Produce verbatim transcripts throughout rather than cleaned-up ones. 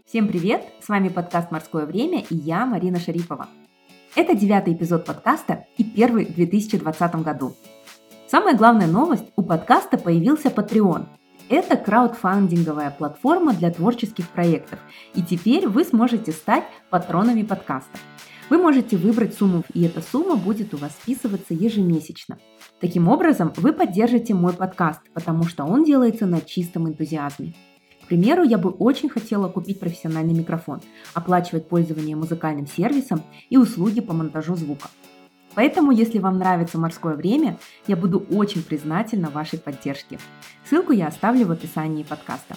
Всем привет! С вами подкаст «Морское время» и я, Марина Шарипова. Это девятый эпизод подкаста и первый в две тысячи двадцатом году. Самая главная новость – у подкаста появился Patreon. Это краудфандинговая платформа для творческих проектов, и теперь вы сможете стать патронами подкаста. Вы можете выбрать сумму, и эта сумма будет у вас списываться ежемесячно. Таким образом, вы поддержите мой подкаст, потому что он делается на чистом энтузиазме. К примеру, я бы очень хотела купить профессиональный микрофон, оплачивать пользование музыкальным сервисом и услуги по монтажу звука. Поэтому, если вам нравится «Морское время», я буду очень признательна вашей поддержке. Ссылку я оставлю в описании подкаста.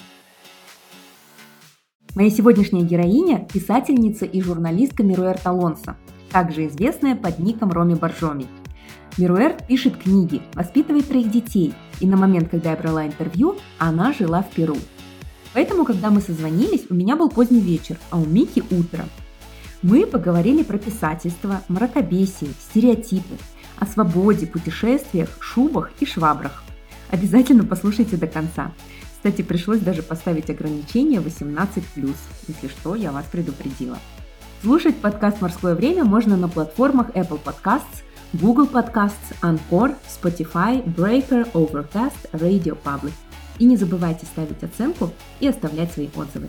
Моя сегодняшняя героиня – писательница и журналистка Мируэрт Алонсо, также известная под ником Роми Боржоми. Мируэрт пишет книги, воспитывает троих детей, и на момент, когда я брала интервью, она жила в Перу. Поэтому, когда мы созвонились, у меня был поздний вечер, а у Мики утро. Мы поговорили про писательство, мракобесие, стереотипы, о свободе, путешествиях, шубах и швабрах. Обязательно послушайте до конца. Кстати, пришлось даже поставить ограничение восемнадцать плюс. Если что, я вас предупредила. Слушать подкаст «Морское время» можно на платформах Apple Podcasts, Google Podcasts, Anchor, Spotify, Breaker, Overcast, Radio Public. И не забывайте ставить оценку и оставлять свои отзывы.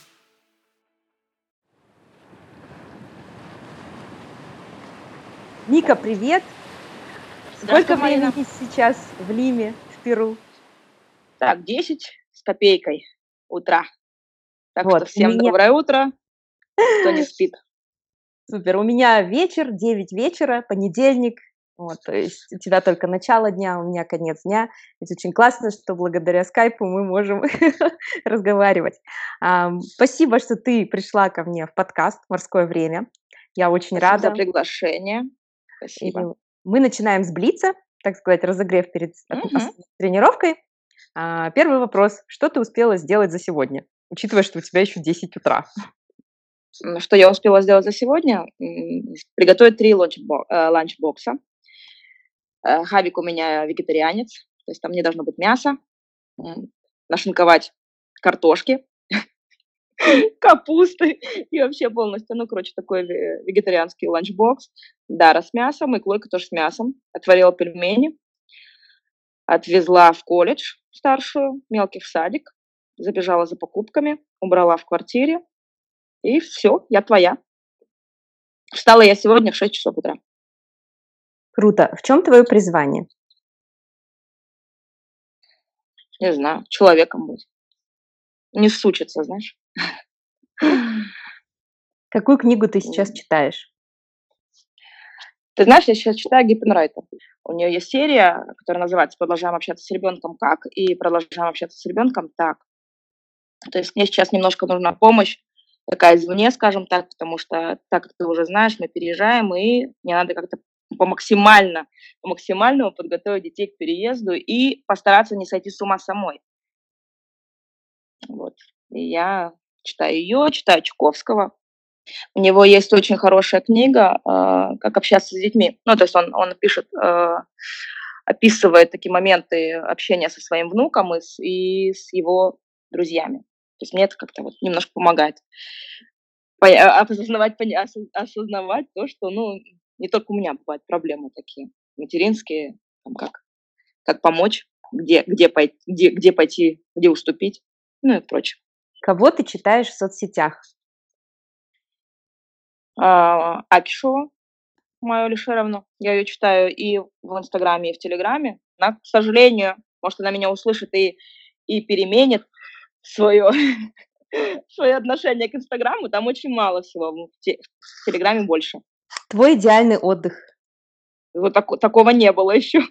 Ника, привет! Сколько времени сейчас в Лиме, в Перу? Так, десять с копейкой утра. Так Вот, что всем меня... доброе утро, кто не спит. Супер, у меня вечер, девять вечера, понедельник. Вот, то есть у тебя только начало дня, у меня конец дня. Это очень классно, что благодаря скайпу мы можем разговаривать. А, спасибо, что ты пришла ко мне в подкаст «Морское время». Я очень Спасибо рада. за приглашение. Спасибо. И мы начинаем с блица, так сказать, разогрев перед Угу. тренировкой. А, первый вопрос. Что ты успела сделать за сегодня, учитывая, что у тебя еще десять утра? Что я успела сделать за сегодня? Приготовить три ланчбо- э, ланчбокса. Э, Хавик у меня вегетарианец, то есть там не должно быть мяса. М, Нашинковать картошки, капусты и вообще полностью, ну, короче, такой ве- вегетарианский ланчбокс. Дара с мясом, и Клойка тоже с мясом. Отварила пельмени, отвезла в колледж старшую, мелких в садик, забежала за покупками, убрала в квартире, и все, я твоя. Встала я сегодня в шесть часов утра. Круто. В чем твое призвание? Не знаю, человеком быть. Не сучиться, знаешь. Какую книгу ты сейчас читаешь? Ты знаешь, я сейчас читаю Гиппенрайта. У нее есть серия, которая называется «Продолжаем общаться с ребенком как» и «Продолжаем общаться с ребенком так». То есть мне сейчас немножко нужна помощь, такая извне, скажем так, потому что, так как ты уже знаешь, мы переезжаем, и мне надо как-то по максимально, по максимальному подготовить детей к переезду и постараться не сойти с ума самой. Вот. И я читаю ее, читаю Чуковского. У него есть очень хорошая книга э, «Как общаться с детьми». Ну, то есть он, он пишет, э, описывает такие моменты общения со своим внуком и с, и с его друзьями. То есть мне это как-то вот немножко помогает По- а- осознавать, поня- осоз- осознавать то, что, ну, не только у меня бывают проблемы такие материнские, там, как, как помочь, где, где, пойти, где, где пойти, где уступить, ну и прочее. Кого ты читаешь в соцсетях? А, Апишева Майю Алишеровну. Я ее читаю и в Инстаграме, и в Телеграме. Она, к сожалению, может, она меня услышит и, и переменит свое, свое отношение к Инстаграму. Там очень мало всего, в, те- в Телеграме больше. Твой идеальный отдых. Вот так- такого не было еще.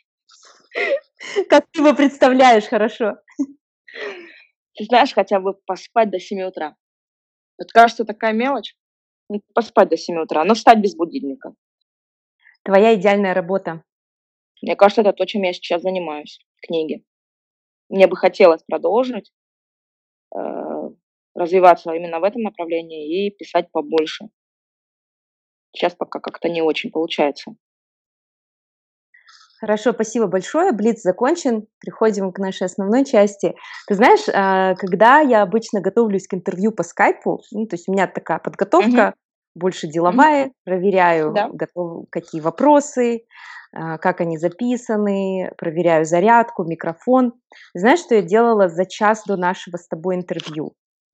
Как ты его представляешь хорошо? Ты знаешь, хотя бы поспать до семи утра. Вот кажется, такая мелочь. Ну, поспать до семи утра, но встать без будильника. Твоя идеальная работа. Мне кажется, это то, чем я сейчас занимаюсь, книги. Мне бы хотелось продолжить э, развиваться именно в этом направлении и писать побольше. Сейчас пока как-то не очень получается. Хорошо, спасибо большое. Блиц закончен. Приходим к нашей основной части. Ты знаешь, а, когда я обычно готовлюсь к интервью по скайпу, ну, то есть у меня такая Мгм, подготовка больше мгм. деловая, проверяю, Да. готов- какие вопросы, а, как они записаны, проверяю зарядку, микрофон. Знаешь, что я делала за час до нашего с тобой интервью?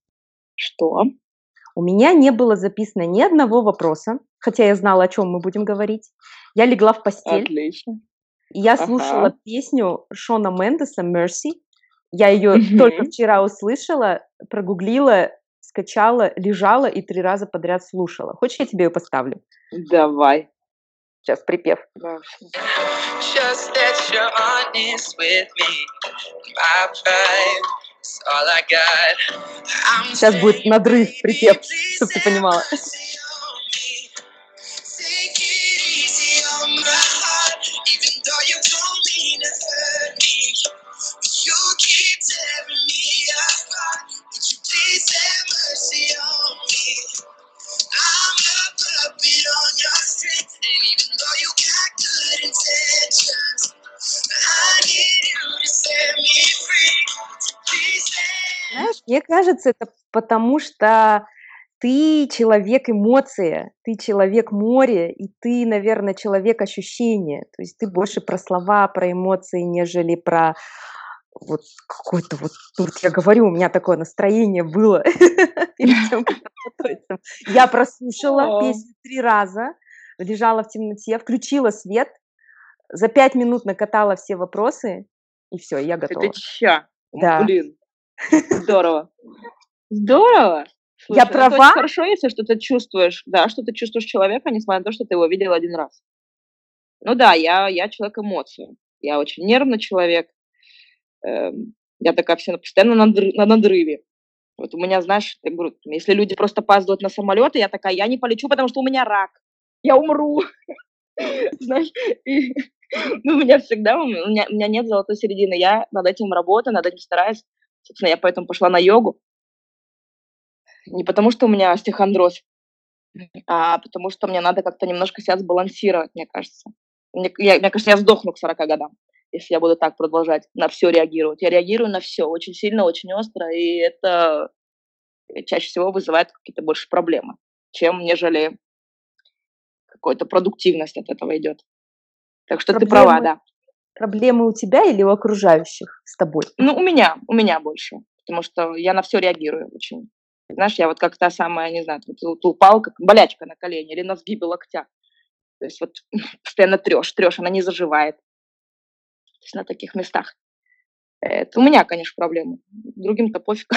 Что? У меня не было записано ни одного вопроса, хотя я знала, о чем мы будем говорить. Я легла в постель, Отлично. и я Ага. слушала песню Шона Мендеса "Mercy". Я ее только Мгм. вчера услышала, прогуглила, скачала, лежала и три раза подряд слушала. Хочешь, я тебе ее поставлю? Давай. Сейчас припев. Вообще. Just that you're honest with me. My pride is all I got. I'm Сейчас будет saying, надрыв, baby, припев, please чтобы ты have понимала. mercy on me. Take it easy on my heart, even though you don't mean to hurt me. But you keep tearing me apart. Would you please have mercy on me? I'm a puppet on your strings, and even though you got good intentions, I need you to set me free. Would you please have Знаешь, мне кажется, это потому что ты человек эмоция, ты человек море, и ты, наверное, человек ощущения. То есть ты больше про слова, про эмоции, нежели про вот какой-то вот, ну, вот я говорю, у меня такое настроение было перед тем, как подготовиться. Я прослушала О, песню три раза, лежала в темноте, включила свет, за пять минут накатала все вопросы, и все, я это готова. ча. Да. Блин, здорово. Здорово! Я Слушай, ну это права? очень хорошо, если что ты чувствуешь, да, что ты чувствуешь человека, несмотря на то, что ты его видел один раз. Ну да, я я человек эмоций. Я очень нервный человек. Эм, я такая вся постоянно на дры на надрыве. Вот у меня, знаешь, я говорю, если люди просто опаздывают на самолеты, я такая: "Я не полечу, потому что у меня рак. Я умру". Знаешь, и, ну, у меня всегда, у меня у меня нет золотой середины. Я над этим работаю, над этим стараюсь. Собственно, я поэтому пошла на йогу. Не потому, что у меня остеохондроз, а потому что мне надо как-то немножко себя сбалансировать, мне кажется. Мне я мне кажется, я сдохну к сорока годам, если я буду так продолжать на все реагировать. Я реагирую на все очень сильно, очень остро, и это, э, чаще всего вызывает какие-то больше проблемы, чем нежели какая-то продуктивность от этого идет. Так что ты права, Проблемы да. проблемы у тебя или у окружающих с тобой? Ну, у меня, у меня больше, потому что я на все реагирую очень. Знаешь, я вот как та самая, не знаю, там, ты ты упал, как болячка на колене или на сгибе локтя. То есть вот постоянно трешь, трешь, она не заживает. То есть на таких местах. Это у меня, конечно, проблемы. Другим-то пофиг.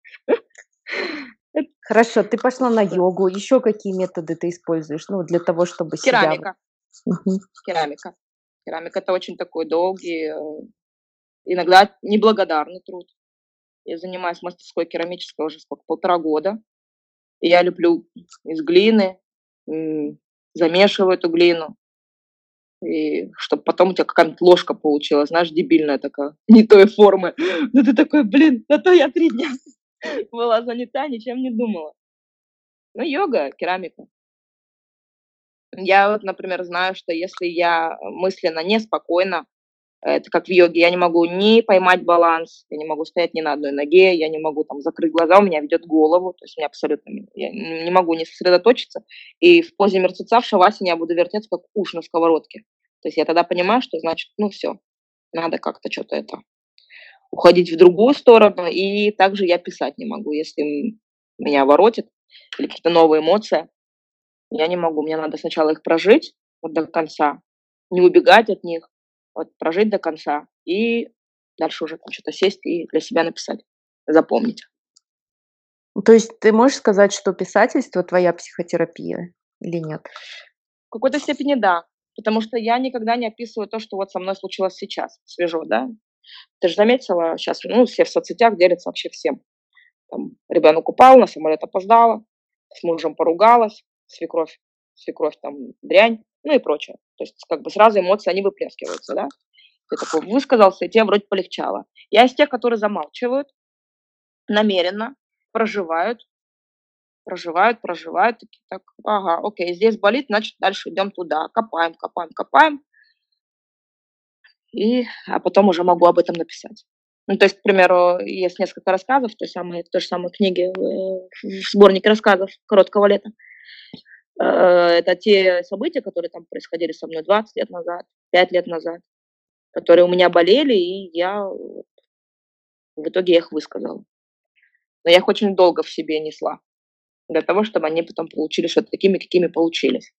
Это Хорошо, ты пошла на такое. йогу. Еще какие методы ты используешь, ну, для того, чтобы себя вот. Керамика, Мгм. керамика. Керамика- это очень такой долгий, э, иногда неблагодарный труд. Я занимаюсь мастерской керамической уже сколько, полтора года. И я люблю из глины, м, замешиваю эту глину, и чтобы потом у тебя какая-нибудь ложка получилась, знаешь, дебильная такая, не той формы. Ну ты такой: "Блин, зато я три дня была занята, ничем не думала". Ну, йога, керамика. Я вот, например, знаю, что если я мысленно неспокойна, это как в йоге, я не могу ни поймать баланс, я не могу стоять ни на одной ноге, я не могу там закрыть глаза, у меня ведет голову, то есть у меня абсолютно, м, я н не могу не сосредоточиться. И в позе мертвеца в шавасане я буду вертеться, как уж на сковородке. То есть я тогда понимаю, что значит, ну все, надо как-то что то это, уходить в другую сторону. И также я писать не могу, если, м, меня воротит или какие-то новые эмоции. Я не могу. Мне надо сначала их прожить вот до конца, не убегать от них, вот прожить до конца и дальше уже там чё-то сесть и для себя написать, запомнить. Ну, то есть ты можешь сказать, что писательство твоя психотерапия или нет? В какой-то степени да, потому что я никогда не описываю то, что вот со мной случилось сейчас, свежо, да. Ты же заметила, сейчас, ну, все в соцсетях делятся вообще всем. Там ребенок упал, на самолет опоздала, с мужем поругалась, свекровь свекровь там дрянь, ну и прочее. То есть как бы сразу эмоции, они выплескиваются, да. Ты такой высказался, и тебе вроде полегчало. Я из тех, которые замалчивают намеренно, проживают, проживают, проживают, такие: "Так, ага, окей, здесь болит, значит, дальше идем туда". Копаем, копаем, копаем. и, а потом уже могу об этом написать. Ну, то есть, к примеру, есть несколько рассказов, той самой, той же самой книги, э, в сборнике рассказов «Короткого лета». Э, Это те события, которые там происходили со мной двадцать лет назад, пять лет назад, которые у меня болели, и я вот в итоге я их высказала. Но я их очень долго в себе несла, для того, чтобы они потом получились вот такими, какими получились.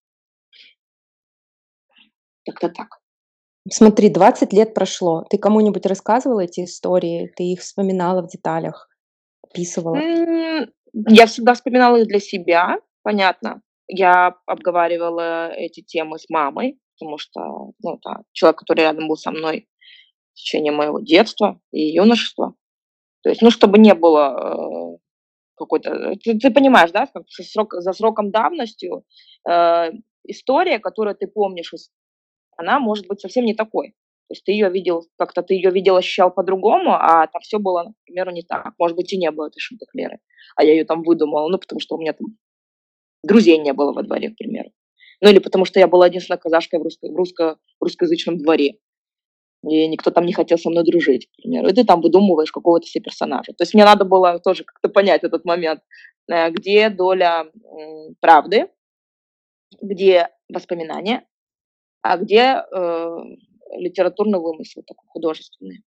Как-то так. Смотри, двадцать лет прошло. Ты кому-нибудь рассказывала эти истории? Ты их вспоминала в деталях, описывала? М, Я всегда вспоминала их для себя, понятно. Я обговаривала эти темы с мамой, потому что, ну, это человек, который рядом был со мной в течение моего детства и юношества. То есть, ну, чтобы не было э, какой-то... э, Ты, ты понимаешь, да, как со срок- за сроком давностью э, история, которую ты помнишь, из- она может быть совсем не такой. То есть ты ее видел, как-то ты ее видел, ощущал по-другому, а там все было, например, не так. Может быть, и не было этой Шантеклеры, а я ее там выдумала, ну, потому что у меня там друзей не было во дворе, к примеру. Ну, или потому что я была единственной казашкой в, русско- в, русско- в русскоязычном дворе, и никто там не хотел со мной дружить, к примеру. И ты там выдумываешь какого-то себе персонажа. То есть мне надо было тоже как-то понять этот момент, э, где доля м, правды, где воспоминания, а где э, литературный вымысел такой художественный.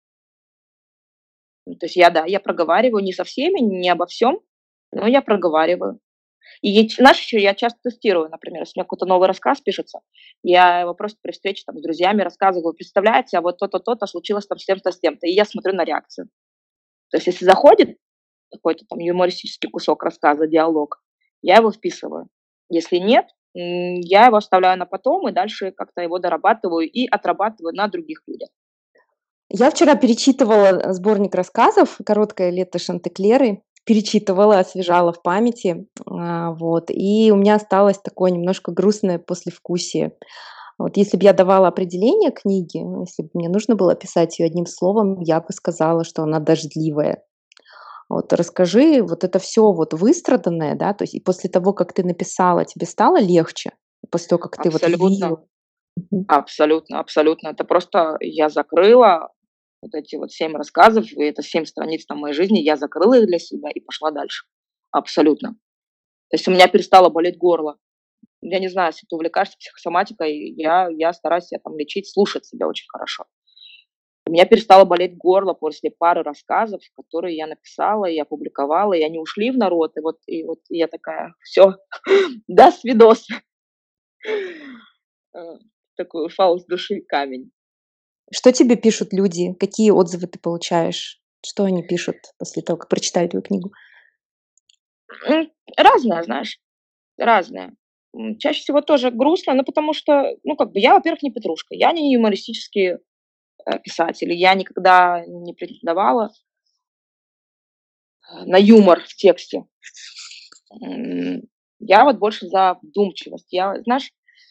Ну, то есть я, да, я проговариваю не со всеми, не обо всем, но я проговариваю. И я ч знаешь, еще я часто тестирую, например, если у меня какой-то новый рассказ пишется, я его просто при встрече там с друзьями рассказываю: "Представляете, а вот то-то, то-то случилось там с тем-то, с тем-то". И я смотрю на реакцию. То есть если заходит какой-то там юмористический кусок рассказа, диалог, я его вписываю. Если нет, м, я его оставляю на потом и дальше как-то его дорабатываю и отрабатываю на других людях. Я вчера перечитывала э, сборник рассказов «Короткое лето Шантеклеры». Перечитывала, освежала в памяти. а, Вот. И у меня осталось такое немножко грустное послевкусие. Вот если бы я давала определение книге, ну, если бы мне нужно было описать ее одним словом, я бы сказала, что она дождливая. Вот расскажи, вот это все вот выстраданное, да, то есть и после того, как ты написала, тебе стало легче? После того, как ты вот Абсолютно. влила? Мгм. Абсолютно, абсолютно. Это просто я закрыла вот эти вот семь рассказов, и это семь страниц там моей жизни. Я закрыла их для себя и пошла дальше. Абсолютно. То есть у меня перестало болеть горло. Я не знаю, если ты увлекаешься психосоматикой, я я стараюсь себя там лечить, слушать себя очень хорошо. У меня перестало болеть горло после пары рассказов, которые я написала и опубликовала, и они ушли в народ. И вот и вот я такая: "Всё, до свидос". Э, Такой упал с души камень. Что тебе пишут люди? Какие отзывы ты получаешь? Что они пишут после того, как прочитают твою книгу? М, Разное, знаешь, разное. М, чаще всего тоже грустно, ну, потому что, ну, как бы я, во-первых, не петрушка, я не юмористический, э, писатель, я никогда не претендовала, э, на юмор в тексте. М, я вот больше за вдумчивость. Я, знаешь,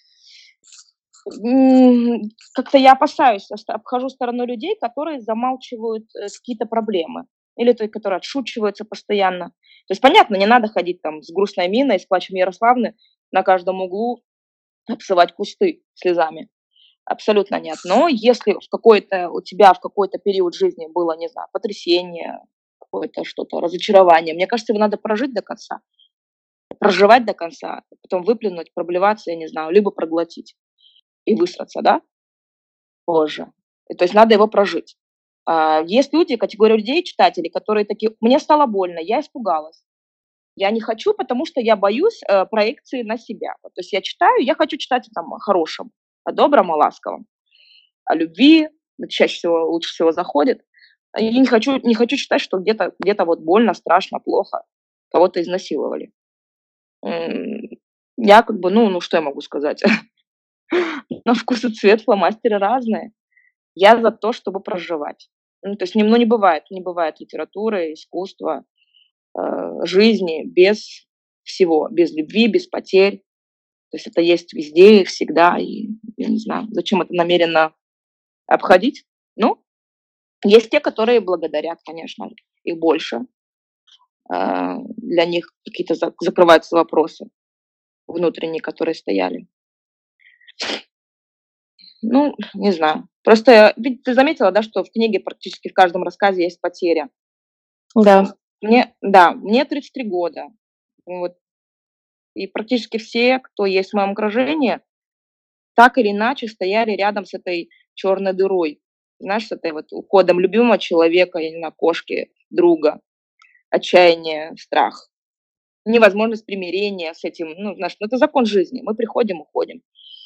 м, как-то я опасаюсь, ост обхожу стороной людей, которые замалчивают, э, какие-то проблемы или то которые отшучиваются постоянно. То есть, понятно, не надо ходить там с грустной миной, с плачем Ярославны на каждом углу, обсывать кусты слезами. Абсолютно нет. Но если в какой-то у тебя в какой-то период жизни было, не знаю, потрясение, какое-то что-то, разочарование, мне кажется, его надо прожить до конца, проживать до конца, потом выплюнуть, проблеваться, я не знаю, либо проглотить и высраться, да, позже. И то есть надо его прожить. А, есть люди, категория людей, читателей, которые такие: "Мне стало больно, я испугалась. Я не хочу, потому что я боюсь, э, проекции на себя". Вот, то есть я читаю, я хочу читать там о хорошем, о добром, о ласковом, о любви. Это чаще всего, лучше всего заходит. А я не хочу не хочу читать, что где-то где-то вот больно, страшно, плохо, кого-то изнасиловали. М, я как бы, ну ну что я могу сказать? На вкус и цвет фломастеры разные. Я за то, чтобы проживать. Ну, то есть, не ну, не бывает не бывает литературы, искусства, э, жизни без всего, без любви, без потерь. То есть это есть везде и всегда. И я не знаю, зачем это намеренно обходить. Ну, есть те, которые благодарят, конечно, их больше. А, для них какие-то зак закрываются вопросы внутренние, которые стояли. Ну, не знаю. Просто ведь ты заметила, да, что в книге практически в каждом рассказе есть потеря. Да. Мне, да, мне тридцать три года. Вот. И практически все, кто есть в моем окружении, так или иначе стояли рядом с этой черной дырой. Знаешь, с этой вот уходом любимого человека, я не знаю, кошки, друга, отчаяние, страх, невозможность примирения с этим. Ну, знаешь, ну, это закон жизни. Мы приходим, уходим.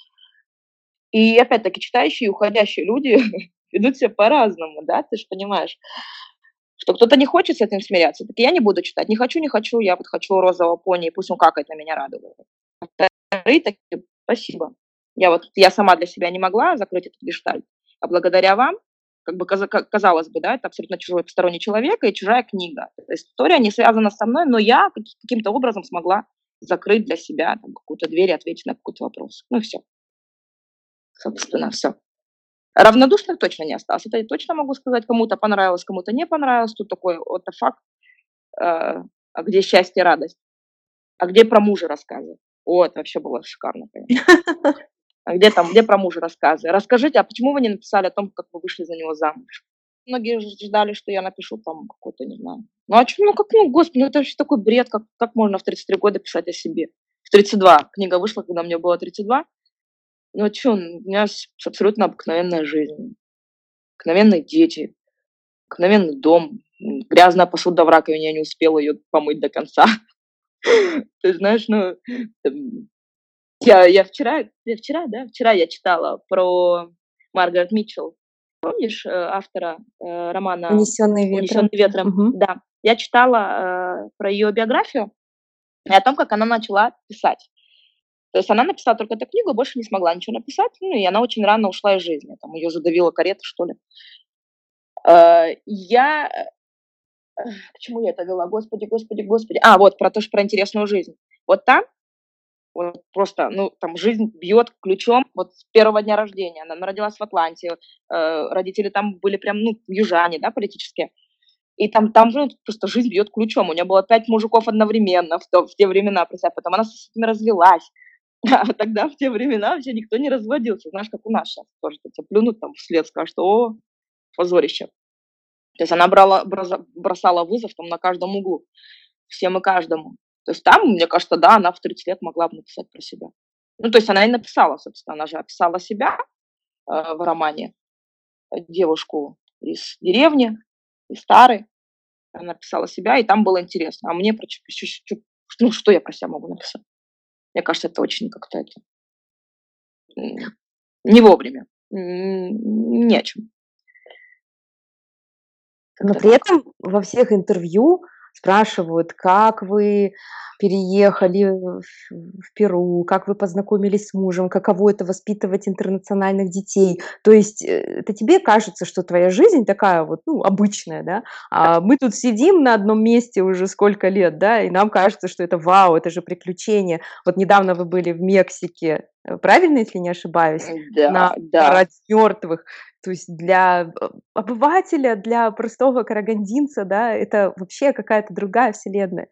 И опять-таки читающие и уходящие люди ведут себя по-разному, да, ты же понимаешь, что кто-то не хочет с этим смиряться, так я не буду читать, не хочу, не хочу, я вот хочу розового пони, и пусть он какает на меня, радует. Вторые такие: спасибо. Я вот, я сама для себя не могла закрыть этот гештальт, а благодаря вам, как бы каза- ка- казалось бы, да, это абсолютно чужой посторонний человек и чужая книга. То есть история не связана со мной, но я каки- каким-то образом смогла закрыть для себя там, какую-то дверь и ответить на какой-то вопрос. Ну все, собственно, все. Равнодушных точно не осталось. Это я точно могу сказать. Кому-то понравилось, кому-то не понравилось. Тут такой вот факт. А где счастье, радость? А где про мужа рассказы? О, это вообще было шикарно, конечно. А где там, где про мужа рассказы? Расскажите, а почему вы не написали о том, как вы вышли за него замуж? Многие ж- ждали, что я напишу там какой-то, не знаю. Ну а что, ну как, ну господи, ну это вообще такой бред, как, как можно в тридцать три года писать о себе? В тридцать два книга вышла, когда мне было тридцать два. Ну а что, у меня с- абсолютно обыкновенная жизнь, обыкновенные дети, обыкновенный дом, м, грязная посуда в раковине, я не успела ее помыть до конца. Ты знаешь, ну, там, я, я вчера, я вчера, да, вчера я читала про Маргарет Митчелл. Помнишь э, автора э, романа Унесенные «Унесенный ветром. ветром»? Мгм. Да. Я читала э, про ее биографию и о том, как она начала писать. То есть она написала только эту книгу, больше не смогла ничего написать, ну, и она очень рано ушла из жизни. Там ее задавила карета, что ли. Э, Я К чему я это вела? Господи, господи, господи. А, вот про то, что про интересную жизнь. Вот там вот просто, ну, там жизнь бьет ключом вот с первого дня рождения. Она родилась в Атланте, э, родители там были прям, ну, южане, да, политические. И там, там же просто жизнь бьет ключом. У нее было пять мужиков одновременно в, то, в те времена, представь. Потом она с этими развелась. А тогда в те времена вообще никто не разводился. Знаешь, как у нас сейчас тоже тебе плюнут там вслед, скажут, о, позорище. То есть она брала, браза- бросала вызов там на каждом углу, всем и каждому. То есть там, мне кажется, да, она в тридцать лет могла бы написать про себя. Ну, то есть она и написала, собственно, она же описала себя э, в романе, э, девушку из деревни, из старой. Она написала себя, и там было интересно. А мне про чё- чё- чё- ну, что я про себя могу написать? Мне кажется, это очень как-то это, м, не вовремя. М, Не о чем. Но Как-то при так. этом во всех интервью спрашивают, как вы переехали в в Перу, как вы познакомились с мужем, каково это воспитывать интернациональных детей. То есть, э, это тебе кажется, что твоя жизнь такая вот, ну, обычная, да, а мы тут сидим на одном месте уже сколько лет, да, и нам кажется, что это вау, это же приключение. Вот недавно вы были в Мексике, э, правильно, если не ошибаюсь, М, Да, на да. гора мертвых. То есть для, э, обывателя, для простого карагандинца, да, это вообще какая-то другая вселенная.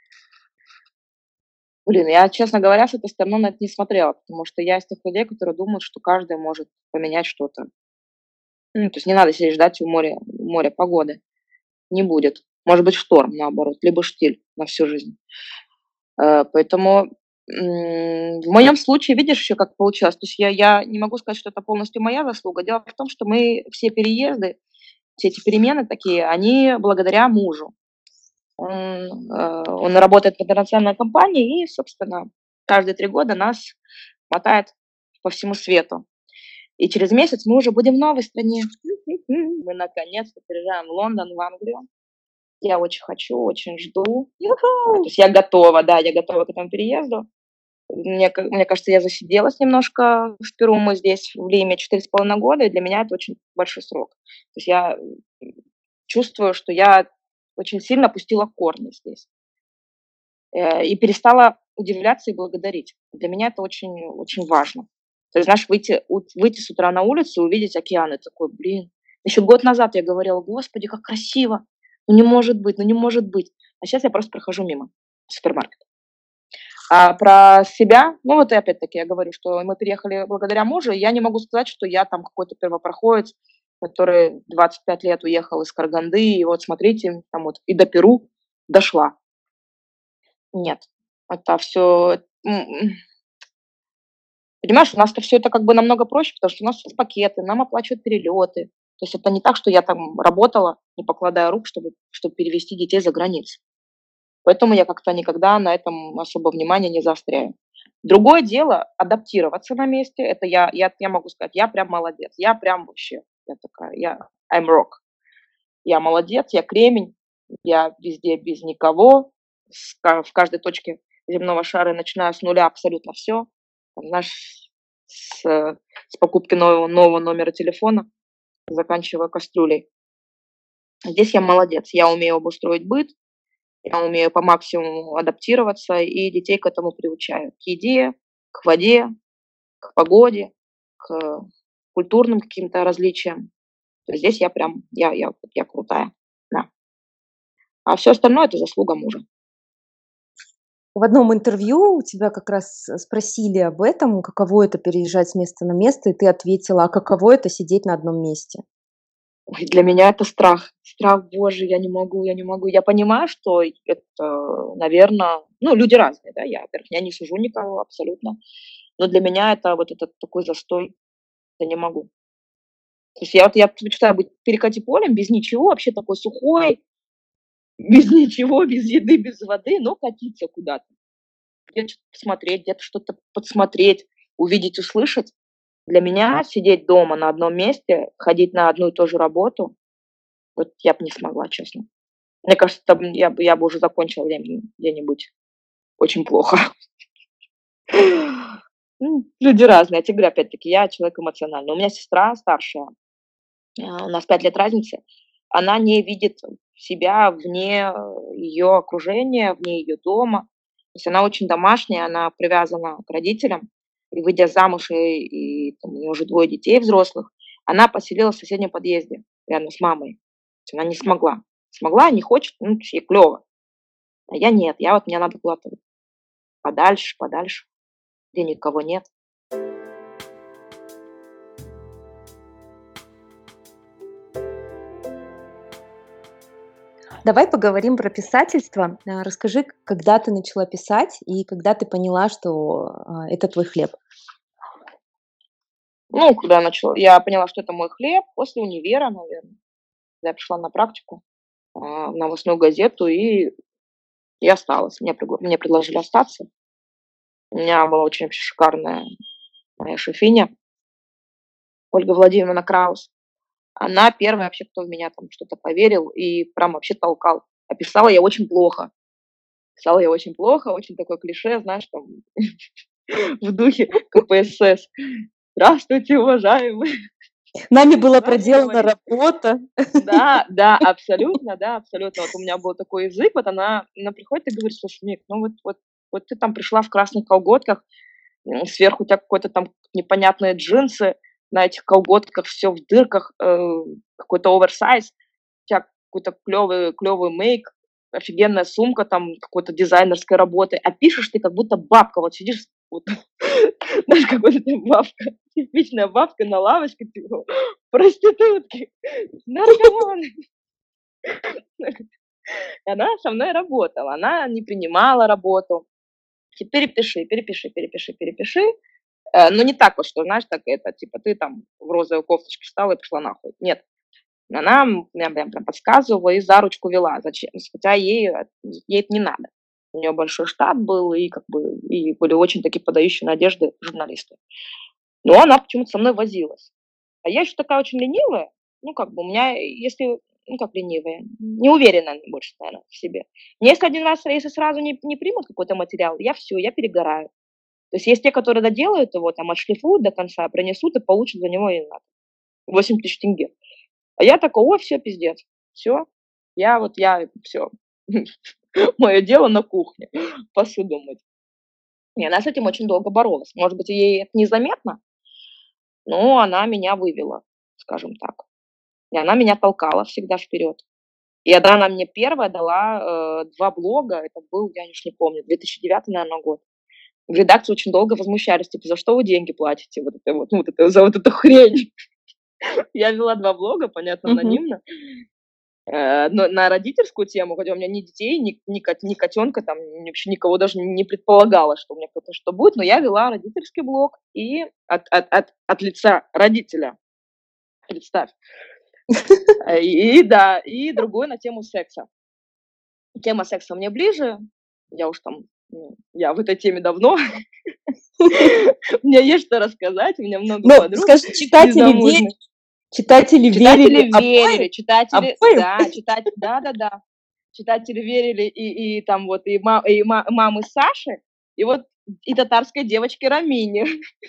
Блин, я, честно говоря, с этой стороны на это не смотрела, потому что я из тех людей, которые думают, что каждый может поменять что-то. Ну, то есть не надо сидеть ждать у моря, у моря погоды. Не будет. Может быть шторм, наоборот, либо штиль на всю жизнь. Э, Поэтому м, в моем случае, видишь, еще как получилось. То есть я, я не могу сказать, что это полностью моя заслуга. Дело в том, что мы все переезды, все эти перемены такие, они благодаря мужу. Он, э, он работает в интернациональной компании и, собственно, каждые три года нас мотает по всему свету. И через месяц мы уже будем в новой стране. Мы наконец-то переезжаем в Лондон, в Англию. Я очень хочу, очень жду. То есть я готова, да, я готова к этому переезду. Мне, ка- мне кажется, я засиделась немножко в Перу. Мы здесь в Лиме четыре с половиной года, и для меня это очень большой срок. То есть я м, чувствую, что я очень сильно опустила корни здесь. Э, и перестала удивляться и благодарить. Для меня это очень очень важно. То есть, знаешь, выйти ут выйти с утра на улицу и увидеть океан. И такой: "Блин". Еще год назад я говорила: "Господи, как красиво! Ну не может быть, ну не может быть". А сейчас я просто прохожу мимо супермаркета. А про себя, ну вот и опять-таки я говорю, что мы переехали благодаря мужу, и я не могу сказать, что я там какой-то первопроходец, который двадцать пять лет уехал из Караганды, и вот смотрите, там вот и до Перу дошла. Нет, это все, понимаешь, у нас-то все это как бы намного проще, потому что у нас есть пакеты, нам оплачивают перелеты. То есть это не так, что я там работала, не покладая рук, чтобы, чтобы перевести детей за границу. Поэтому я как-то никогда на этом особо внимания не заостряю. Другое дело адаптироваться на месте. Это я, я, я могу сказать, я прям молодец. Я прям вообще, я такая, я I'm rock. Я молодец, я кремень, я везде без никого, с ка- в каждой точке земного шара, начиная с нуля абсолютно все. Знаешь, с, э, с покупки нового, нового номера телефона, заканчивая кастрюлей. Здесь я молодец, я умею обустроить быт, я умею по максимуму адаптироваться и детей к этому приучаю. К еде, к воде, к погоде, к культурным каким-то различиям. То есть здесь я прям, я, я, я крутая, да. А все остальное — это заслуга мужа. В одном интервью у тебя как раз э, спросили об этом, каково это переезжать с места на место, и ты ответила, а каково это сидеть на одном месте? Ой, для меня это страх. Страх, боже, я не могу, я не могу. Я понимаю, что это, наверное, ну, люди разные, да, я, во-первых, я не сужу никого абсолютно, но для меня это вот этот такой застой, я не могу. То есть я вот я предпочитаю быть перекати полем без ничего, вообще такой сухой, без ничего, без еды, без воды, но катиться куда-то. Где-то что-то посмотреть, где-то что-то подсмотреть, увидеть, услышать. Для меня сидеть дома на одном месте, ходить на одну и ту же работу, вот я бы не смогла, честно. Мне кажется, там я бы я бы уже закончила где где-нибудь очень плохо. Ну, люди разные. Я тебе говорю, опять-таки, я человек эмоциональный. У меня сестра старшая, а, у нас пять лет разницы. Она не видит себя вне ее окружения, вне ее дома. То есть она очень домашняя, она привязана к родителям. И выйдя замуж, и, и там, у нее уже двое детей взрослых, она поселилась в соседнем подъезде рядом с мамой. То есть она не смогла. Смогла, не хочет, ну, ей клево. А я нет, я вот мне надо куда-то вот подальше, подальше, где никого нет. Давай поговорим про писательство. А, Расскажи, когда ты начала писать и когда ты поняла, что а, это твой хлеб. Ну, когда я начала, я поняла, что это мой хлеб после универа, наверное. Я пришла на практику а, в новостную газету и, и осталась. Мне, пригла- мне предложили остаться. У меня была очень вообще шикарная моя шефиня, Ольга Владимировна Краус. Она первая вообще, кто в меня там что-то поверил и прям вообще толкал. А писала я очень плохо. Писала я очень плохо, очень такое клише, знаешь, там в духе ка пэ эс эс. Здравствуйте, уважаемые. Нами была Знаешь, проделана говорит. работа. Да, да, абсолютно, да, абсолютно. Вот у меня был такой язык, вот она, она приходит и говорит, слушай, Мик, ну вот, вот, вот ты там пришла в красных колготках, м, сверху у тебя какой-то там непонятные джинсы, на этих колготках все в дырках, э, какой-то оверсайз, у тебя какой-то клевый, клевый мейк, офигенная сумка там какой-то дизайнерской работы, а пишешь ты как будто бабка, вот сидишь, вот, знаешь, какой-то ты бабка, типичная бабка на лавочке, типа, проститутки, наркоманы. И она со мной работала, она не принимала работу. Типа, перепиши, перепиши, перепиши, перепиши. Э, но не так вот, что, знаешь, так это, типа, ты там в розовой кофточке встала и пошла нахуй. Нет. Она м- меня прям, прям подсказывала и за ручку вела. Зачем? Хотя ей, э, ей это не надо. У нее большой штат был, и как бы и были очень такие подающие надежды журналисты. Но она почему-то со мной возилась. А я еще такая очень ленивая. Ну, как бы у меня, если, ну, как ленивая, неуверенная больше, наверное, в себе. Мне если один раз, если сразу не, не примут какой-то материал, я все, я перегораю. То есть есть те, которые доделают его, там, отшлифуют до конца, принесут и получат за него и на восемь тысяч тенге. А я такой, ой, все, пиздец, все, я вот, я, все, мое дело на кухне, посуду мыть. И она с этим очень долго боролась. Может быть, ей это незаметно, но она меня вывела, скажем так. И она меня толкала всегда вперед. И когда она мне первая дала э, два блога, это был, я уж не помню, две тысячи девятый, наверное, год. в редакции очень долго возмущались, типа, за что вы деньги платите вот это вот, ну, вот это, за вот эту хрень. Я вела два блога, понятно, Мгм. анонимно, э, но на родительскую тему, хотя у меня ни детей, ни, ни, кот- ни котенка, там, ни- вообще никого даже не предполагала, что у меня кто-то что будет, но я вела родительский блог и от, от, от, от лица родителя, представь. Э, И, и да, и другой на тему секса. Тема секса мне ближе, я уж там, ну, я в этой теме давно, мне есть что рассказать, у меня много Ну, подруг скажи, читатели верили, незамужних. читатели верили Читатели обоим? верили, читатели, Обоим? да, читатели, да-да-да, читатели верили и, и там вот и, ма, и ма- мамы Саши, и вот и татарской девочки Рамине,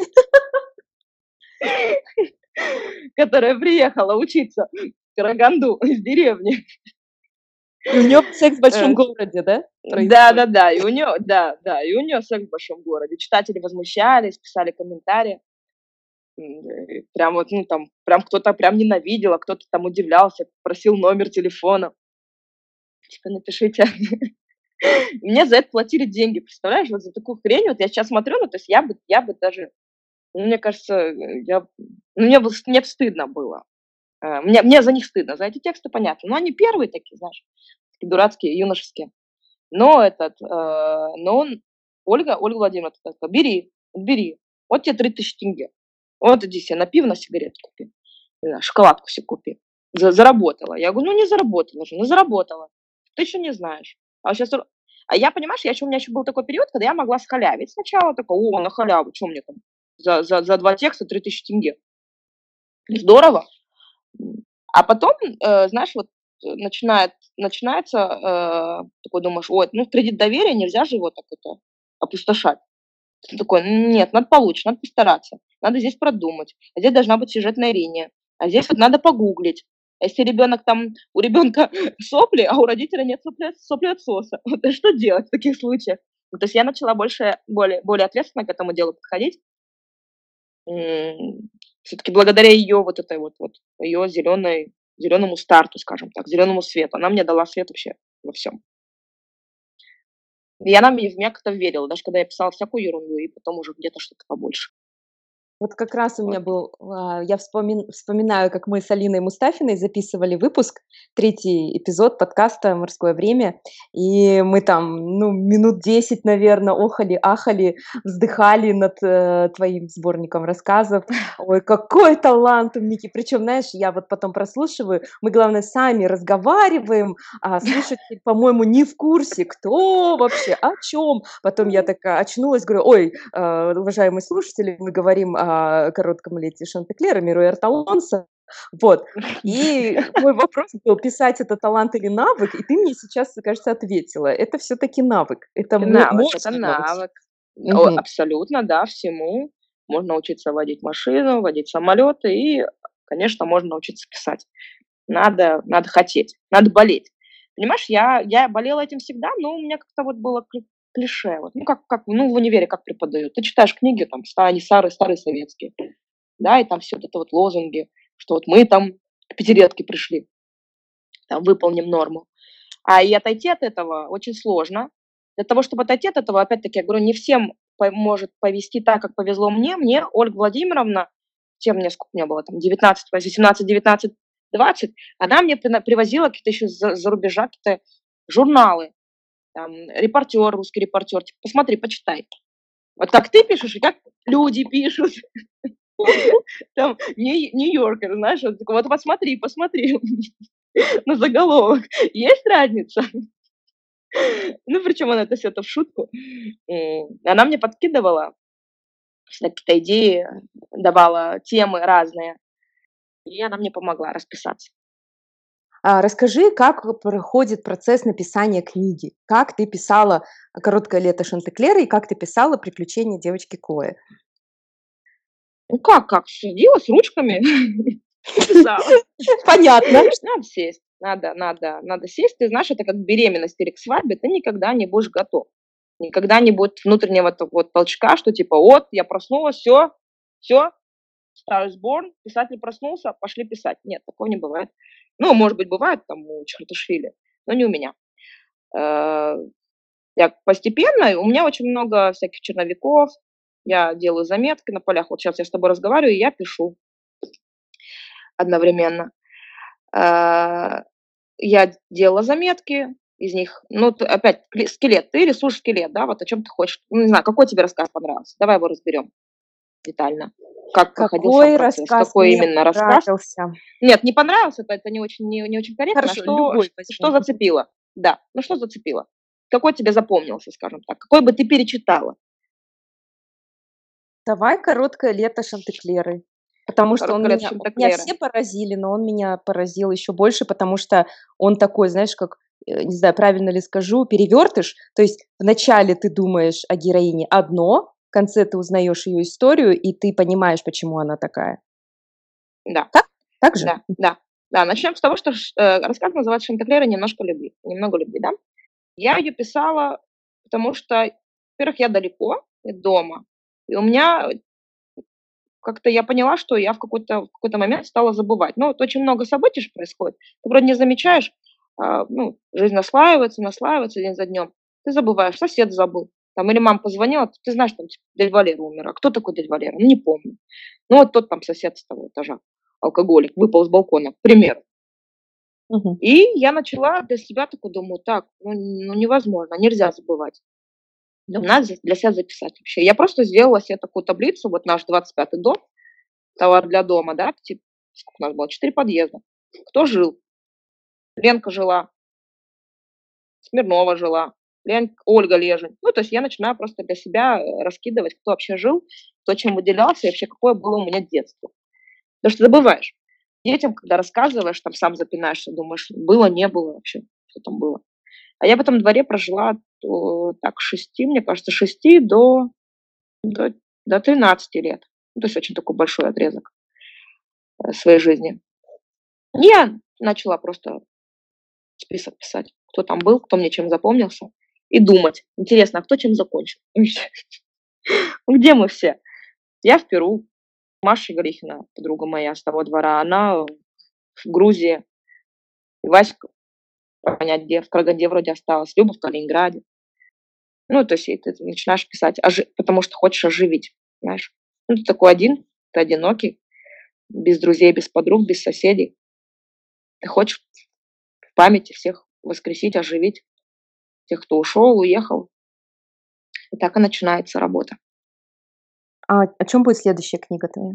которая приехала учиться в Караганду из деревни. И у нее секс в большом Э, городе, да, Да, происходит? да, да, и у нее, да, да, и у нее секс в большом городе. Читатели возмущались, писали комментарии. М, э, Прям вот, ну там, прям кто-то прям ненавидел, а кто-то там удивлялся, просил номер телефона. Типа, напишите. Мне за это платили деньги, представляешь, вот за такую хрень. Вот я сейчас смотрю, ну, то есть я бы, я бы даже, ну, мне кажется, э, я, ну, мне, бы с- мне б стыдно было. Э, Мне, мне за них стыдно, за эти тексты понятно. Но они первые такие, знаешь, такие дурацкие, юношеские. Но этот, э, но он, Ольга, Ольга Владимировна такая: бери, вот бери, вот тебе три тысячи тенге. Вот иди себе на пиво, на сигареты купи, не знаю, шоколадку себе купи. За- заработала. Я говорю, ну не заработала же, ну заработала. Ты еще не знаешь. А сейчас, а я, понимаешь, я еще, у меня еще был такой период, когда я могла схалявить сначала, такой, о, на халяву, что мне там, за, за, за два текста три тысячи тенге. Здорово. М. А потом, э, знаешь, вот э, начинает, начинается, э, такой думаешь, ой, ну кредит доверия, нельзя же его так это опустошать. Ты такой, нет, надо получше, надо постараться, надо здесь продумать, а здесь должна быть сюжетная линия, а здесь вот надо погуглить. А если ребенок там, у ребенка сопли, а у родителя нет сопли, сопли отсоса, вот и что делать в таких случаях? Ну, то есть я начала больше, более, более ответственно к этому делу подходить. Все-таки благодаря ее вот этой вот, вот ее зеленой, зеленому старту, скажем так, зеленому свету. Она мне дала свет вообще во всем. И она мне в меня как-то верила, даже когда я писала всякую ерунду, и потом уже где-то что-то побольше. Вот как раз у Вот. меня был, а, я вспомин вспоминаю, как мы с Алиной Мустафиной записывали выпуск, третий эпизод подкаста "Морское время", и мы там, ну, минут десять, наверно, охали-ахали, вздыхали над, э, твоим сборником рассказов. Ой, какой талант у Мики! Причем, знаешь, я вот потом прослушиваю, мы, главное, сами разговариваем, а слушатель, по-моему, не в курсе, кто вообще, о чем. Потом я такая очнулась, говорю: "Ой, э, уважаемые слушатели, мы говорим о коротком лете Шантеклера, Мируэр Талонса". Вот. И мой вопрос был: писать — это талант или навык? И ты мне сейчас, кажется, ответила: это все-таки навык. Это Это мо- навык, это можно навык. научиться. О, Мгм. абсолютно, да, всему. Можно научиться водить машину, водить самолеты и, конечно, можно научиться писать. Надо, надо хотеть, надо болеть. Понимаешь, я, я болела этим всегда, но у меня как-то вот было кли- клише. Вот. Ну, как, как, ну, в универе как преподают. Ты читаешь книги, там, ста- они старые, старые советские, да, и там все вот это вот лозунги, что вот мы там к пятиретке пришли, там, выполним норму. А и отойти от этого очень сложно. Для того, чтобы отойти от этого, опять-таки, я говорю, не всем по- может повести так, как повезло мне. Мне Ольга Владимировна, тем мне сколько мне было, там, девятнадцать, восемнадцать, девятнадцать, двадцать, она мне прина- привозила какие-то еще за, за рубежа какие-то журналы, там, репортер, русский репортер, типа, посмотри, почитай. Вот как ты пишешь и как люди пишут. Там, Нью- Нью-Йоркер, знаешь, вот, такой, вот посмотри, посмотри на заголовок. Есть разница? Ну, причем она это все это в шутку. М, Она мне подкидывала всегда какие-то идеи, давала темы разные, и она мне помогла расписаться. А расскажи, как проходит процесс написания книги? Как ты писала "Короткое лето Шантеклера" и как ты писала "Приключения девочки Клои"? Ну как, как, сидела с ручками и писала. Понятно. Надо сесть, надо, надо, надо сесть. Ты знаешь, это как беременность или к свадьбе, ты никогда не будешь готов. Никогда не будет внутреннего такого вот толчка, что типа, вот, я проснулась, все, все, Star is born, писатель проснулся, пошли писать. Нет, такого не бывает. Ну, может быть, бывает там у Чхарташвили, но не у меня. Э, Я постепенно, у меня очень много всяких черновиков, я делаю заметки на полях. Вот сейчас я с тобой разговариваю, и я пишу одновременно. А, Я делала заметки, из них, ну, т- опять кли- скелет, ты рисуешь скелет, да, вот о чем ты хочешь. Ну, не знаю, какой тебе рассказ понравился. Давай его разберем детально. Как проходил сам Какой процесс, рассказ какой мне именно рассказ. понравился? Нет, не понравился, это, это не очень, не, не очень корректно. А Хорошо, что, любой ш- что возьмем. зацепило? Да, ну что зацепило? Какой тебе запомнился, скажем так? Какой бы ты перечитала? Давай «Короткое лето» Шантеклеры. Потому что он Короткое лето меня меня Шантеклера. все поразили, но он меня поразил еще больше, потому что он такой, знаешь, как, э, не знаю, правильно ли скажу, перевертыш. То есть вначале ты думаешь о героине одно, в конце ты узнаешь ее историю, и ты понимаешь, почему она такая. Да, Так? Так же? да, да. Да, начнем с того, что ш- э, рассказ называется «Шантеклера. Немножко любви». Немного любви, да? Я ее писала, потому что, во-первых, я далеко от дома, и у меня как-то я поняла, что я в какой-то в какой-то момент стала забывать. Ну, вот очень много событий же происходит. Ты вроде не замечаешь, а, ну, жизнь наслаивается, наслаивается день за днем. Ты забываешь, сосед забыл. Там, или мама позвонила, ты знаешь, там, типа, дядя Валера умер. А кто такой дядя Валера? Ну, не помню. Ну, вот тот там сосед с того этажа, алкоголик, выпал с балкона, к примеру. Мгм. И я начала для себя такой, думаю, так, ну, ну невозможно, нельзя забывать. Думаю, надо за- для себя записать вообще. Я просто сделала себе такую таблицу, вот наш двадцать пятый дом, товар для дома, да, типа, сколько у нас было, четыре подъезда. Кто жил? Ленка жила, Смирнова жила, Лен, Ольга Лежин. Ну, то есть я начинаю просто для себя э, раскидывать, кто вообще жил, кто чем выделялся и вообще какое было у меня детство. Потому что забываешь. Детям, когда рассказываешь, там сам запинаешься, думаешь, было, не было вообще, что там было. А я в этом дворе прожила то, так, шести, мне кажется, шести до, до, до тринадцати лет. Ну, то есть очень такой большой отрезок э, своей жизни. И я начала просто список писать, кто там был, кто мне чем запомнился, и думать, интересно, а кто чем закончил? Ну, где мы все? Я в Перу, Маша Грихина, подруга моя с того двора, она в Грузии, и Васька, понять, где, в Караганде вроде осталась, Люба в Калининграде. Ну, то есть и ты начинаешь писать, ожи- потому что хочешь оживить, знаешь. Ну, ты такой один, ты одинокий, без друзей, без подруг, без соседей. Ты хочешь в памяти всех воскресить, оживить, тех, кто ушел, уехал. И так и начинается работа. А о чем будет следующая книга твоя?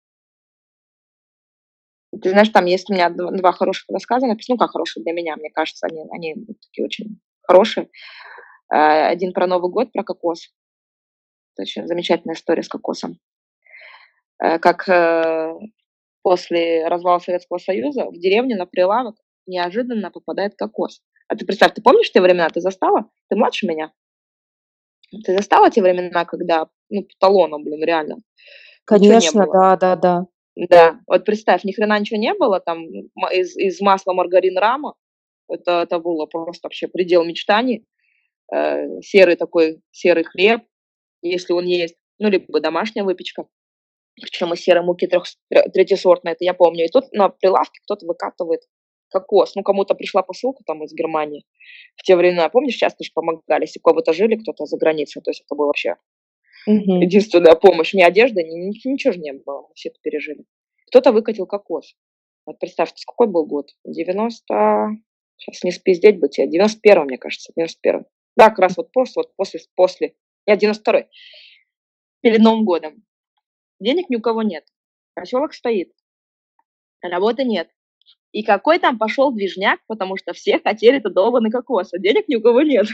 Ты знаешь, там есть у меня дв- два хороших рассказа написаны, ну, как хорошие для меня, мне кажется, они, они такие очень хорошие. Э, Один про Новый год, про кокос. Это очень замечательная история с кокосом. Э, Как э, после развала Советского Союза в деревню на прилавок неожиданно попадает кокос. А ты представь, ты помнишь те времена, ты застала? Ты младше меня. Ты застала те времена, когда, ну, по талонам, блин, реально, ничего не Конечно, было. да, да, да. Да, вот представь, ни хрена ничего не было, там м- из, из масла маргарин рама, это, это было просто вообще предел мечтаний. Э, серый такой, серый хлеб, если он есть, ну, либо домашняя выпечка, причем из серой муки трех, третьесортной, это я помню. И тут на прилавке кто-то выкатывает кокос. Ну, кому-то пришла посылка там из Германии в те времена. Помнишь, часто же помогали, если у кого-то жили кто-то за границей, то есть это было вообще Мгм. единственная помощь. Ни одежды, ни, ни- ничего же не было, мы все это пережили. Кто-то выкатил кокос. Вот представьте, сколько был год? девяносто... Сейчас не спиздеть бы тебе. девяносто первый, мне кажется, девяносто первый. Да, как раз вот просто, вот после, после. Нет, девяносто второй. Перед Новым годом. Денег ни у кого нет. Поселок стоит. Работы нет. И какой там пошел движняк, потому что все хотели этот долбанный кокос, а денег ни у кого нет.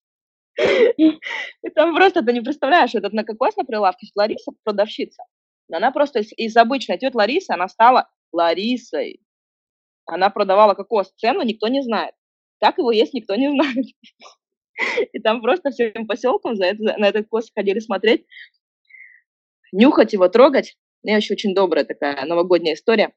И там просто ты не представляешь, этот на кокос на прилавке с Лариса, продавщица. Она просто из, из обычной тетя Ларисы, она стала Ларисой. Она продавала кокос. Цену никто не знает. Как его есть, никто не знает. И там просто всем поселком за это, на этот кокос ходили смотреть, нюхать его, трогать. У меня еще очень добрая такая новогодняя история.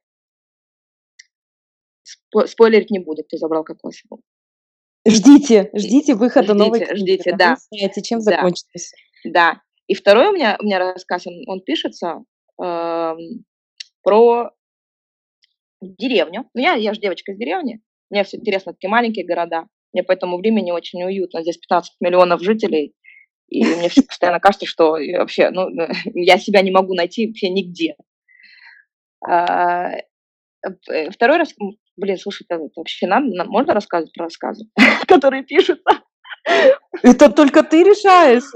Спо- Спойлерить не буду, кто забрал кокос. Ждите, ждите выхода новой Ждите, книги, ждите, да. Вы не да, знаете, чем да, закончится всё. да. И второй у меня, у меня рассказ, он, он пишется эм, про деревню. Ну, я, я же девочка из деревни, мне все интересно, такие маленькие города. Мне поэтому в Риме не очень уютно. Здесь пятнадцать миллионов жителей, и мне всё постоянно кажется, что и вообще, ну, я себя не могу найти вообще нигде. А, п второй раз, м, блин, слушай, это это вообще надо, нам можно рассказывать про рассказы, которые пишутся? Это только ты решаешь.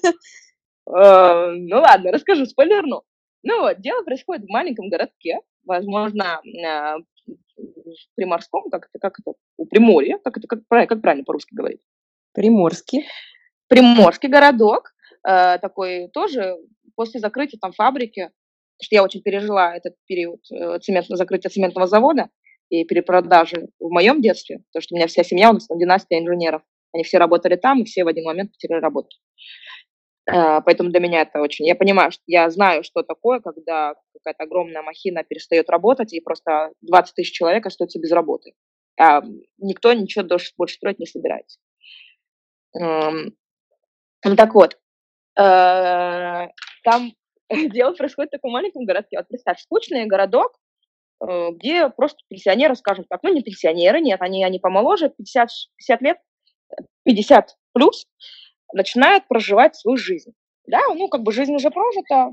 Э, ну ладно, расскажу, спойлерну. Ну вот, дело происходит в маленьком городке, возможно, а, в Приморском, как это как это, у Приморья, как это, как правильно как правильно по-русски говорить? Приморский. Приморский городок, э, такой тоже после закрытия там фабрики, потому что я очень пережила этот период, э, цементно закрытия цементного завода и перепродажи в моем детстве, потому что у меня вся семья, у нас там династия инженеров. Они все работали там, и все в один момент потеряли работу. Э, поэтому для меня это очень я понимаю, что я знаю, что такое, когда какая-то огромная махина перестает работать, и просто двадцать тысяч человек остаются без работы. А, никто ничего дош больше строить не собирается. Эм, ну так вот, э, там дело происходит в таком маленьком городке. Вот представь, скучный городок, э, где просто пенсионеры, скажем так, ну, не пенсионеры, нет, они они помоложе, пятьдесят ш пятьдесят лет, пятьдесят плюс, начинают проживать свою жизнь. Да, ну, как бы жизнь уже прожита.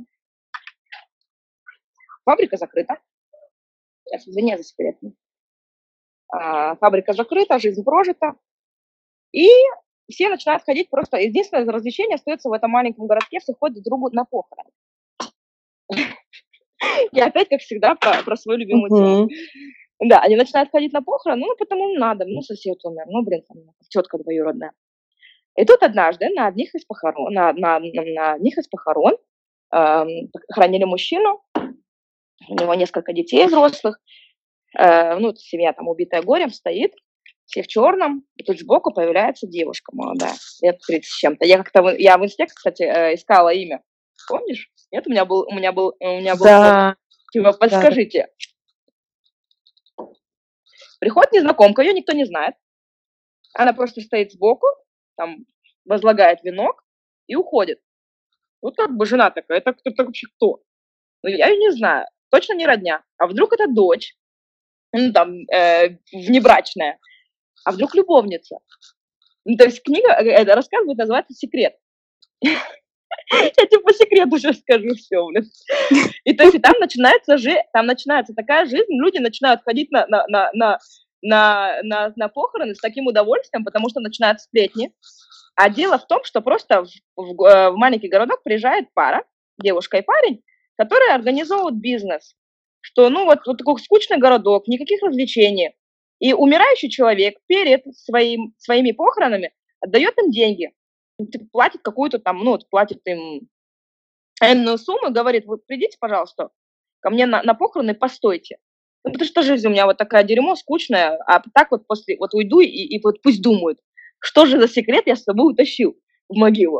Фабрика закрыта. Щас, извини за секретно. А, фабрика закрыта, жизнь прожита. И все начинают ходить просто единственное развлечение остается в этом маленьком городке, все ходят друг к другу на похороны. И опять, как всегда, про про свою любимую тему. Мгм. Да, они начинают ходить на похороны, ну, потому надо, ну, сосед умер, ну, блин, там тетка двоюродная. И тут однажды на одних из похорон на на на одних из похорон, ам, хоронили мужчину, у него несколько детей взрослых, э, ну, семья там убитая горем стоит, все в черном, и тут сбоку появляется девушка молодая, лет тридцать с чем-то. Я как-то в я в инсте, кстати, э, искала имя. Помнишь? Нет, у меня был у меня был у меня был код. Да, Типа, да. подскажите. Приходит незнакомка, ее никто не знает. Она просто стоит сбоку, там, возлагает венок и уходит. Вот как бы жена такая, это кто это вообще кто? Ну, я ее не знаю, точно не родня. А вдруг это дочь, ну, там, э, внебрачная, а вдруг любовница? Ну, то есть книга, э, э, рассказ будет называться "Секрет". Я тебе по секрету щас скажу всё, блин. И то есть и там начинается жи там начинается такая жизнь, люди начинают ходить на на на на на на на похороны с таким удовольствием, потому что начинают сплетни. А дело в том, что просто в в го э, в маленький городок приезжает пара, девушка и парень, которые организовывают бизнес. Что, ну, вот вот такой скучный городок, никаких развлечений. И умирающий человек перед своим своими похоронами отдает им деньги. Типа платит какую-то там, ну, вот платит им энную сумму и говорит: "Вот придите, пожалуйста, ко мне на на похороны, постойте". Ну, потому что жизнь у меня вот такая дерьмо, скучная, а так вот после вот уйду, и и вот пусть думают, что же за секрет я с собой утащил в могилу.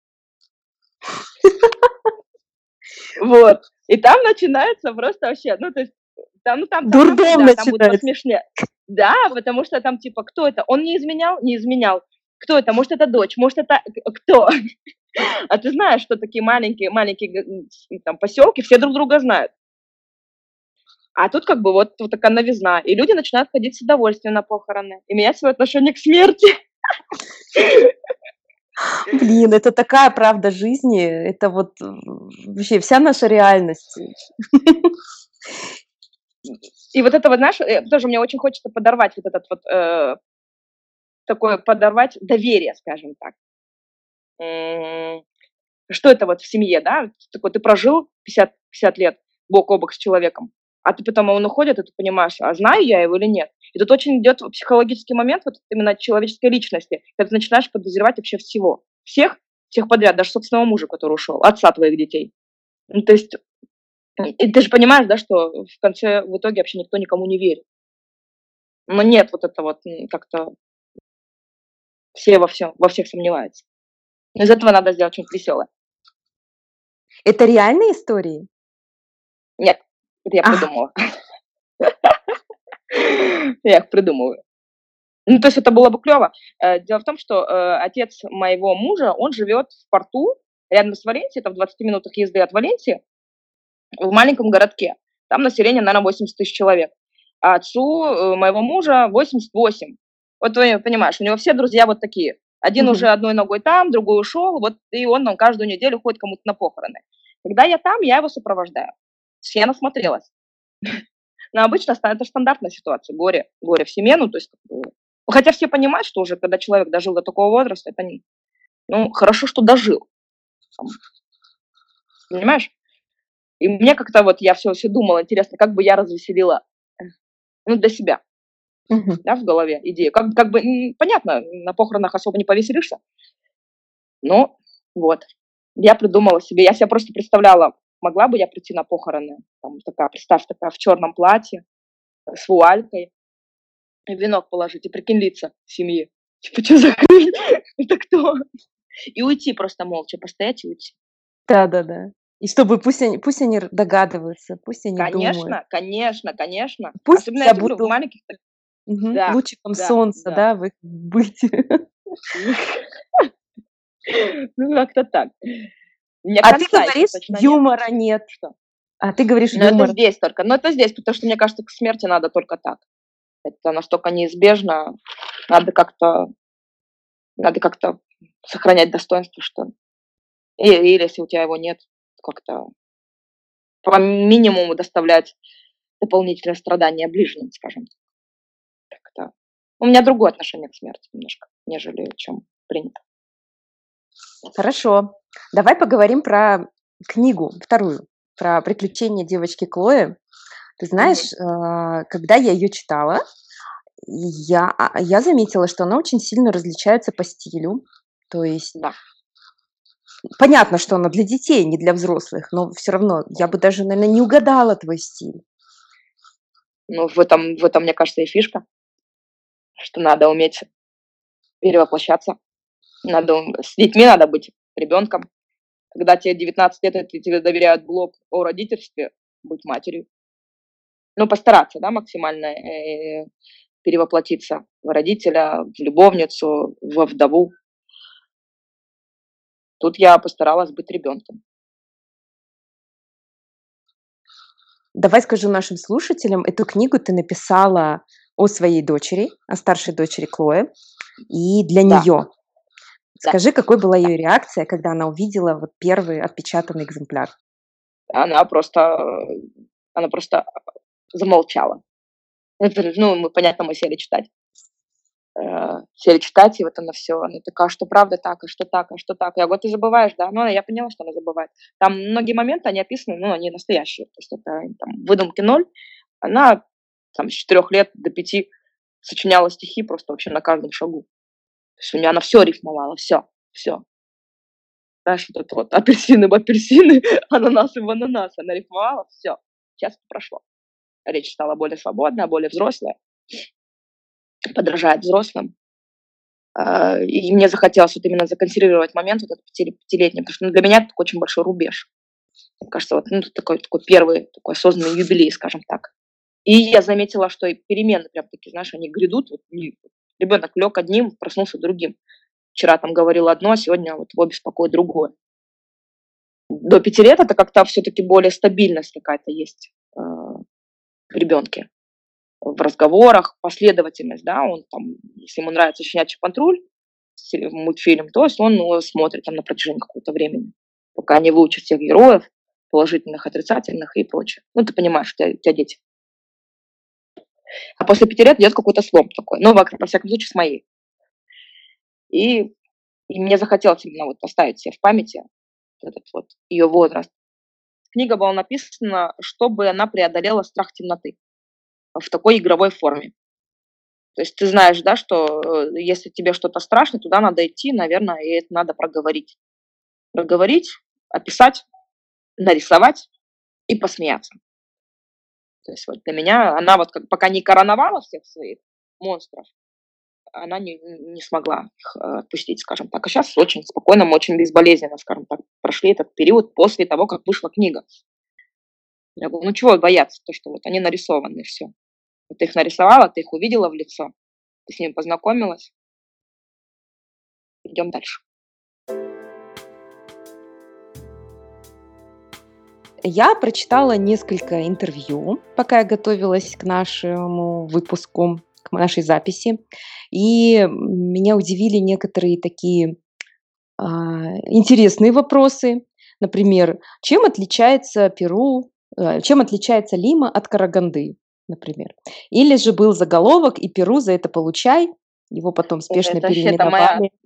Вот. И там начинается просто вообще, ну, то есть, там, ну, там там там Дурдом всегда, там будет начинается. посмешнее. Да, потому что там типа: кто это? Он не изменял? Не изменял. Кто это? Может, это дочь? Может, это к кто? А ты знаешь, что такие маленькие маленькие г м, там поселки все друг друга знают. А тут как бы вот вот такая новизна, и люди начинают ходить с удовольствием на похороны и менять свое отношение к смерти. Блин, это такая правда жизни, это вот вообще вся наша реальность. И вот это вот, знаешь, э, тоже мне очень хочется подорвать вот этот вот, э, такое подорвать доверие, скажем так. М, что это вот в семье, да? Такой ты прожил пятьдесят пятьдесят лет бок о бок с человеком, а ты потом он уходит, и ты понимаешь, а знаю я его или нет. И тут очень идет психологический момент вот именно человеческой личности, когда ты начинаешь подозревать вообще всего. Всех, всех подряд, даже собственного мужа, который ушел, отца твоих детей. Ну, то есть, и ты же понимаешь, да, что в конце, в итоге вообще никто никому не верит. Но нет вот это вот, м, как-то все во всем во всех сомневаются. Из этого надо сделать что-нибудь веселое. Это реальные истории? Нет, это я А. придумала. Я их придумываю. Ну, то есть это было бы клёво. Э, дело в том, что, э, отец моего мужа, он живет в порту рядом с Валенсией, это в двадцати минутах езды от Валенсии, в маленьком городке. Там население, наверно, восемьдесят тысяч человек. А отцу, э, моего мужа восемьдесят восемь. Вот ты понимаешь, у него все друзья вот такие. Один Мгм. уже одной ногой там, другой ушел, вот и он нам каждую неделю ходит кому-то на похороны. Когда я там, я его сопровождаю. То есть я насмотрелась. Но обычно ста- это стандартная ситуация, горе, горе в семье, ну, то есть, как бы, ну, хотя все понимают, что уже, когда человек дожил до такого возраста, это не, ну, хорошо, что дожил, там, понимаешь? И мне как-то вот, я все, все думала, интересно, как бы я развеселила, э, ну, для себя, Мгм. да, в голове идею. Как, как бы, м, понятно, на похоронах особо не повеселишься, но вот, я придумала себе, я себе просто представляла, могла бы я прийти на похороны, там, такая, представь, такая в черном платье, э, с вуалькой, венок положить и прикинь лица семьи. Типа, что за хрень? Это кто? И уйти просто молча, постоять и уйти. Да-да-да. И чтобы пусть они пусть они р догадываются, пусть они думают. Конечно, конечно, конечно. Пусть Особенно я я тебе говорю, в буду, маленьких. мгм, Да, лучиком да, солнца, да. да, в их быте. Ну, как-то так. Мне А ты конца еще говоришь, точно нет. юмора нет. Что? А ты говоришь, Но это юмора. здесь только. Но это здесь, потому что мне кажется, к смерти надо только так. Это настолько неизбежно. Надо как-то, надо как-то сохранять достоинство, что и или если у тебя его нет, как-то по минимуму доставлять дополнительное страдание ближним, скажем так. Как-то. У меня другое отношение к смерти немножко, нежели чем принято. Хорошо. Давай поговорим про книгу вторую, про "Приключения девочки Клои". Ты Мгм. знаешь, а, когда я ее читала, я а, я заметила, что она очень сильно различается по стилю. То есть Да. понятно, что она для детей, не для взрослых, но все равно я бы даже, наверное, не угадала твой стиль. Ну, в этом, в этом, мне кажется, и фишка, что надо уметь перевоплощаться. Надо, ум- с детьми надо быть ребенком. Когда тебе девятнадцать лет, и тебе доверяют блог о родительстве, быть матерью. Ну, постараться, да, максимально э, перевоплотиться в родителя, в любовницу, во вдову. Тут я постаралась быть ребенком. Давай скажу нашим слушателям, эту книгу ты написала о своей дочери, о старшей дочери Клое, и для Да, нее. да, Скажи, какой была да. ее реакция, когда она увидела вот первый отпечатанный экземпляр? Она просто, э, она просто замолчала. Это, ну, мы, понятно, мы сели читать. Э, сели читать, и вот она все, она такая: "А что правда так? А что так? А что так?" Я говорю: "Ты забываешь, да?" Ну, я поняла, что она забывает. Там многие моменты, они описаны, ну, они настоящие. То есть это там выдумки ноль. Она там с четырех лет до пяти сочиняла стихи просто вообще на каждом шагу. То есть у нее она все рифмовала, все, все. Знаешь, вот это вот апельсины в апельсины, ананасы в ананасы. Она рифмовала, все. Сейчас это прошло. Речь стала более свободная, более взрослая, подражает взрослым. А, и мне захотелось вот именно законсервировать момент вот этот пяти пятилетний, потому что, ну, для меня это такой очень большой рубеж. Мне кажется, вот, ну, такой такой первый такой осознанный юбилей, скажем так. И я заметила, что и перемены прям такие, знаешь, они грядут. Вот и ребенок лег одним, проснулся другим. Вчера там говорил одно, а сегодня вот его беспокоит другое. До пяти лет это как-то все таки более стабильность какая-то есть, а, в ребенке. В разговорах, последовательность, да, он там, если ему нравится "Щенячий патруль", се мультфильм, то есть он его смотрит там на протяжении какого-то времени, пока не выучит всех героев, положительных, отрицательных и прочее. Ну, ты понимаешь, у тя у тя дети. А после пяти лет идет какой-то слом такой, ну, во во всяком случае, с моей. И и мне захотелось именно вот оставить себе в памяти вот этот вот ее возраст. Книга была написана, чтобы она преодолела страх темноты в такой игровой форме. То есть ты знаешь, да, что, э, если тебе что-то страшно, туда надо идти, наверное, и это надо проговорить. Проговорить, описать, нарисовать и посмеяться. То есть вот для меня она вот как пока не короновала всех своих монстров, она не не смогла их, э, отпустить, скажем так. А сейчас очень спокойно, мы очень безболезненно, скажем так, прошли этот период после того, как вышла книга. Я говорю: "Ну чего бояться? То, что вот они нарисованы, все. Вот ты их нарисовала, ты их увидела в лицо, ты с ними познакомилась, идем дальше". Я прочитала несколько интервью, пока я готовилась к нашему выпуску, к к нашей записи, и меня удивили некоторые такие а, интересные вопросы. Например, чем отличается Перу, э, чем отличается Лима от Караганды, например. Или же был заголовок «И Перу за это получай». Его потом спешно Это вообще-то моя... переименовали.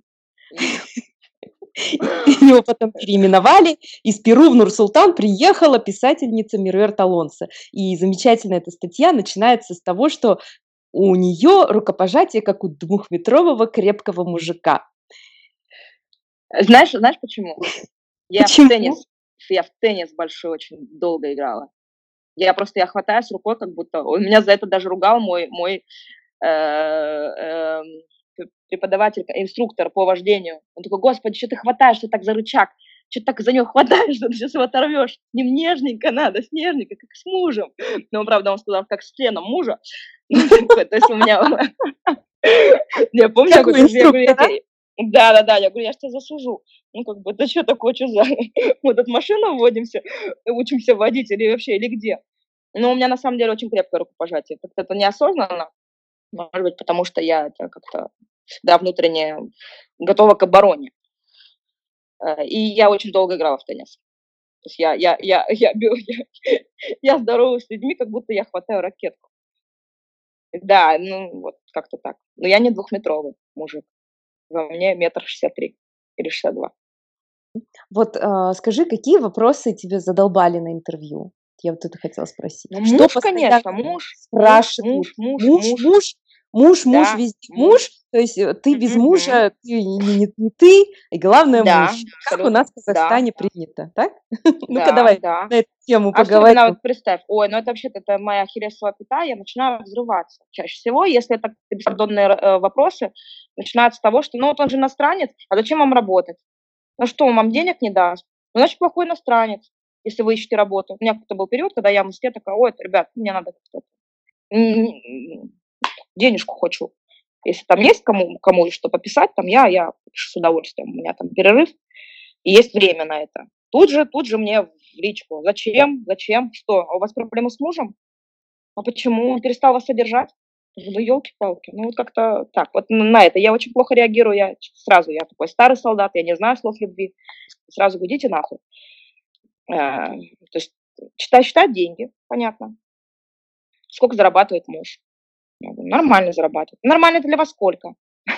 Его потом переименовали. Из Перу в Нур-Султан приехала писательница Меруэрт Алонсо. И замечательная эта статья начинается с того, что у нее рукопожатие, как у двухметрового крепкого мужика. Знаешь, знаешь почему? Я Почему? в теннис, я в теннис большой очень долго играла. Я просто, я хватаюсь рукой, как будто... Он меня за это даже ругал мой, мой э, э, преподаватель, инструктор по вождению. Он такой: господи, что ты хватаешься так за рычаг? Что ты так за него хватаешься? Ты сейчас его оторвешь. С ним нежненько надо, с нежненько, как с мужем. Но, правда, он сказал, как с членом мужа. То есть у меня... Я помню, Как у инструктора. Да, да, да, я говорю, я ж тебя засужу. Ну, как бы, это что такое, что за... Мы тут машину водимся, учимся водить или вообще, или где? Но у меня, на самом деле, очень крепкое рукопожатие. Как-то это неосознанно, может быть, потому что я это как-то всегда внутренне готова к обороне. И я очень долго играла в теннис. То есть я, я, я, я, я, я здороваюсь с людьми, как будто я хватаю ракетку. Да, ну, вот как-то так. Но я не двухметровый мужик. Во мне метр шестьдесят три или шестьдесят два. Вот а, скажи, какие вопросы тебе задолбали на интервью? Я вот это хотела спросить. Ну, Что муж, постоянно конечно, муж, спрашивают? муж, муж, Муж, муж, муж, муж, муж, да, везде муж. муж. То есть э, ты без Мгм. мужа, ты не, не- не ты, и главное Да, муж. Как у абсолютно, нас в да, Казахстане принято, так? Ну-ка да, давай да. на эту тему Особенно поговорим. вот представь, ой, ну это вообще-то это моя ахиллесова пята, я начинаю взрываться. Чаще всего, если это беспардонные э, вопросы, начинаются с того, что ну вот он же иностранец, а зачем вам работать? Ну что, он вам денег не даст? Ну, значит, плохой иностранец, если вы ищете работу. У меня как-то был период, когда я в Москве такая: ой, ребят, мне надо как-то м, денежку хочу. Если там есть кому, кому что пописать, там я, я пишу с удовольствием. У меня там перерыв, и есть время на это. Тут же, тут же мне в личку: зачем, зачем, что, а у вас проблемы с мужем? А почему он перестал вас содержать? Я говорю, да елки-палки, ну вот как-то так. Вот на на это я очень плохо реагирую, я ч- сразу, я такой старый солдат, я не знаю слов любви, сразу говорю, идите нахуй. Э, То есть считать, считать деньги, понятно. Сколько зарабатывает муж? Я говорю, нормально зарабатывает. Нормально для вас сколько?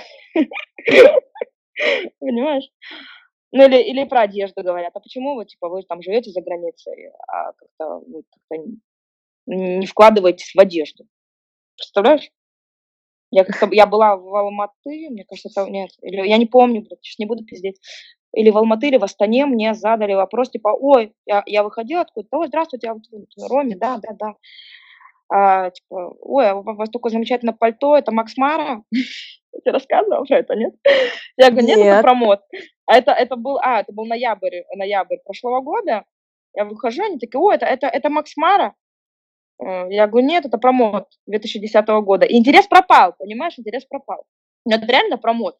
Понимаешь? Ну или, или про одежду говорят. А почему вы, типа, вы там живете за границей, а как-то вы как-то не не вкладываетесь в одежду? Представляешь? Я как-то я была в Алматы, мне кажется, это нет, или я не помню, блядь, щас не буду пиздеть. Или в Алматы, или в Астане мне задали вопрос, типа: ой, я, я выходила откуда-то: ой, здравствуйте, я вот в Роме, да, да, да. А, типа: ой, а у вас такое замечательное пальто, это Макс Мара? Я тебе рассказывала про это, нет? Я говорю, нет, это Нет. промот. А это, это был, а, это был ноябрь, ноябрь прошлого года. Я выхожу, они такие: ой, это, это, это Макс Мара? Э, Я говорю, нет, это промот две тысячи десятого года. И интерес пропал, понимаешь, интерес пропал. Но это реально промот.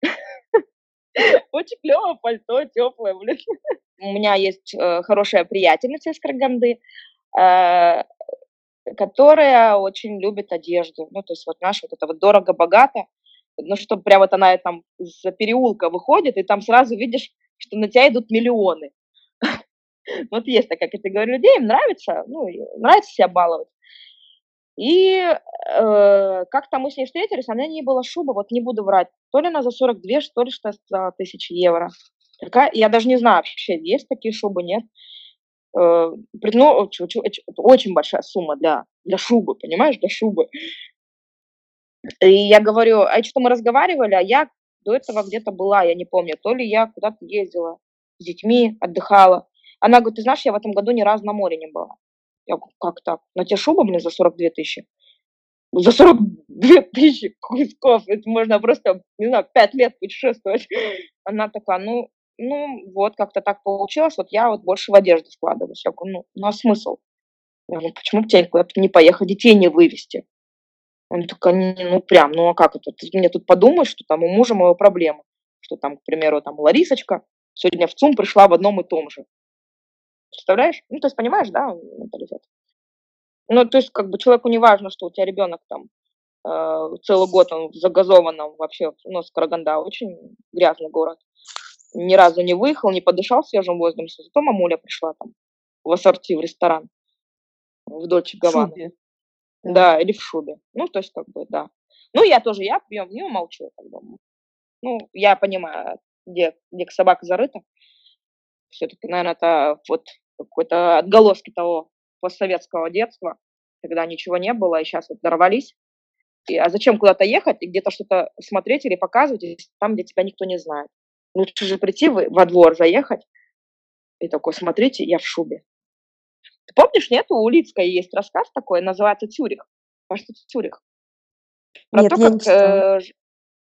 Очень клевое пальто, теплое, блин. У меня есть э, хорошая приятельница из Караганды, э, которая очень любит одежду. Ну, то есть вот наш вот это вот дорого-богато. Ну, что прям вот она там из переулка выходит, и там сразу видишь, что на тебя идут миллионы. Вот есть такая категория людей, им нравится, ну, и нравится себя баловать. И э, как-то мы с ней встретились, а у меня не было шубы, вот не буду врать, то ли она за сорок две, что ли, что за тысячи евро. Такая, я даже не знаю, вообще есть такие шубы, нет. Э, при- ну, оч- оч- оч- это очень большая сумма для, для шубы, понимаешь, для шубы. И я говорю, а что мы разговаривали, а я до этого где-то была, я не помню, то ли я куда-то ездила с детьми, отдыхала. Она говорит, ты знаешь, я в этом году ни разу на море не была. Я говорю, как так? На тебе шуба, блин, за сорок две тысячи? За сорок две тысячи кусков, это можно просто, не знаю, пять лет путешествовать. Она такая, ну, ну, вот как-то так получилось, вот я вот больше в одежду вкладываюсь. Я говорю, ну, ну а смысл? Я говорю, почему бы тебе куда-то не поехать, детей не вывести? Она такая, не, ну прям, ну а как это? Ты мне тут подумаешь, что там у мужа моего проблемы. Что там, к примеру, там Ларисочка сегодня в ЦУМ пришла в одном и том же. Представляешь? Ну, то есть, понимаешь, да, менталитет? Ну, то есть, как бы человеку не важно, что у тебя ребенок там Э, целый год он в загазованном вообще, ну, с Караганда очень грязный город. Ни разу не выехал, не подышал свежим воздухом. Зато мамуля пришла там в ассорти в ресторан в Дольче В Габбана. шубе. Да. Да, или в шубе. Ну, то есть, как бы, да. Ну, я тоже, я пьем, не молчу, как бы. Ну, я понимаю, где, где собака зарыта. Все-таки, наверное, это вот какой-то отголоски того постсоветского детства, когда ничего не было, и сейчас вот дорвались. И, а зачем куда-то ехать и где-то что-то смотреть или показывать, если там, где тебя никто не знает? Лучше же прийти в- во двор, заехать и такой, смотрите, я в шубе. Ты помнишь, нет, у Улицкой есть рассказ такой, называется «Цюрих». Кажется, «Цюрих». Про Нет, то, я не как читала. э, ж-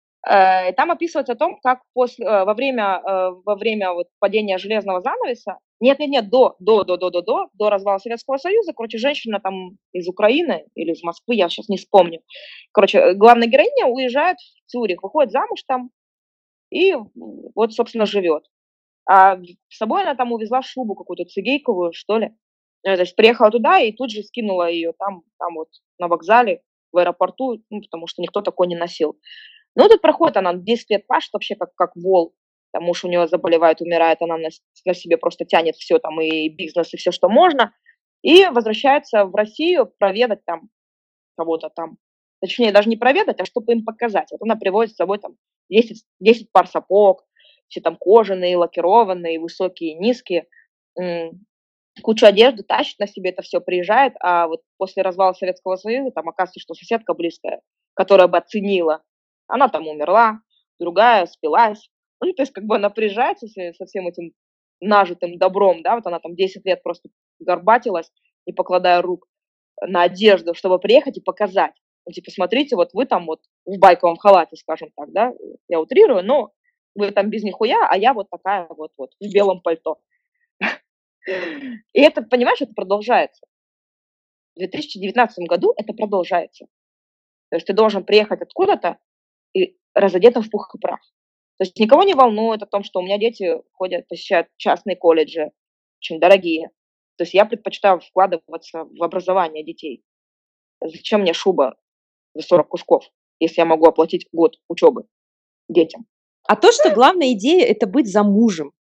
э, там описывается о том, как после, э, во время, э, во время вот падения железного занавеса, нет, нет, нет, до, до, до, до, до, до, до развала Советского Союза, короче, женщина там из Украины или из Москвы, я сейчас не вспомню. Короче, э, главная героиня уезжает в Цюрих, выходит замуж там и м, вот, собственно, живет. А в- с собой она там увезла шубу какую-то цигейковую, что ли. Э, То есть приехала туда и тут же скинула ее там, там вот на вокзале, в аэропорту, ну, потому что никто такой не носил. Ну, тут проходит она десять лет пашет вообще как, как вол. Там муж у нее заболевает, умирает, она на, с- на себе просто тянет все там, и бизнес, и все, что можно. И возвращается в Россию проведать там кого-то там. Точнее, даже не проведать, а чтобы им показать. Вот она привозит с собой там десять, десять пар сапог, все там кожаные, лакированные, высокие, низкие. М, Кучу одежды тащит на себе это все, приезжает, а вот после развала Советского Союза там оказывается, что соседка близкая, которая бы оценила, она там умерла, другая спилась. Ну, то есть как бы она приезжает со, все- со всем этим нажитым добром, да, вот она там десять лет просто горбатилась, не покладая рук на одежду, чтобы приехать и показать. Ну, типа, смотрите, вот вы там вот в байковом халате, скажем так, да, я утрирую, но вы там без нихуя, а я вот такая вот, вот в белом пальто. И это, понимаешь, это продолжается. В две тысячи девятнадцатом году это продолжается. То есть ты должен приехать откуда-то и разодетым в пух и прах. То есть никого не волнует о том, что у меня дети ходят, посещают частные колледжи, очень дорогие. То есть я предпочитаю вкладываться в образование детей. Зачем мне шуба за сорок кусков, если я могу оплатить год учебы детям? А то, что главная идея — это быть замужем.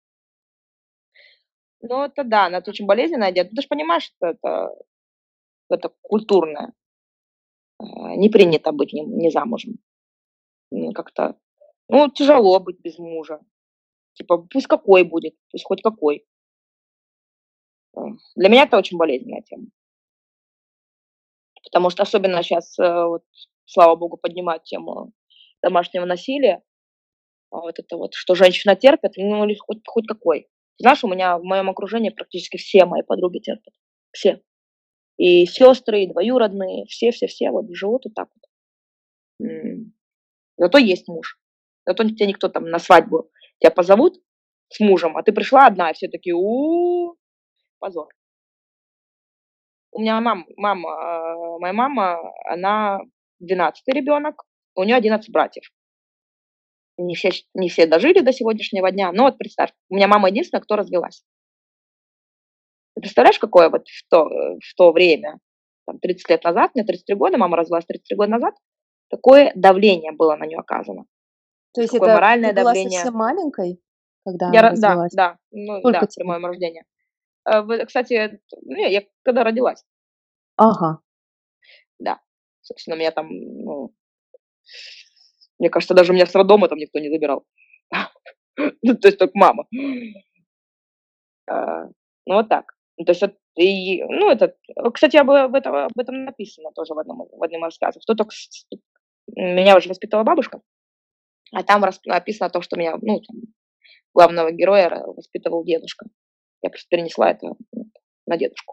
Ну, это да, но это очень болезненная идея. Ты же понимаешь, что это, это культурное. А, Не принято быть не, не замужем. Ну, как-то, ну, тяжело быть без мужа. Типа, пусть какой будет, пусть хоть какой. Э, Для меня это очень болезненная тема. Потому что особенно сейчас, вот, слава богу, поднимают тему домашнего насилия. А вот это вот, что женщина терпит, ну, или хоть, хоть какой. Знаешь, у меня в моем окружении практически все мои подруги терпят. Все. И сестры, и двоюродные, все-все-все вот живут вот так вот. М. Зато есть муж. Зато тебя никто там на свадьбу тебя позовут с мужем, а ты пришла одна, и все такие, у позор. У меня мам, мама, а, моя мама, она двенадцатый ребенок, у нее одиннадцать братьев. Не все, щ- не все дожили до сегодняшнего дня, но вот представь, у меня мама единственная, кто развелась. Ты представляешь, какое вот в то, э, в то время, там, тридцать лет назад, мне тридцать три года, мама развелась тридцать три года назад, какое давление было на нее оказано, То есть какое это ты моральное была давление. совсем маленькой, когда Я, она ро- да, развелась? да, ну Сколько да, при тебе? моем рождении. Э, вы, Кстати, не, я когда родилась, Ага. да, собственно, меня там, ну, мне кажется, даже меня с роддома там никто не забирал. Ну, то есть только мама. А, Ну, вот так. Ну, то есть, вот и, ну, это, кстати, об, об этом, об этом написано тоже в одном, в одном из рассказов. Кто только с- меня уже воспитала бабушка, а там рас- написано о том, что меня, ну, там, главного героя ра- воспитывал дедушка. Я просто перенесла это, ну, на дедушку.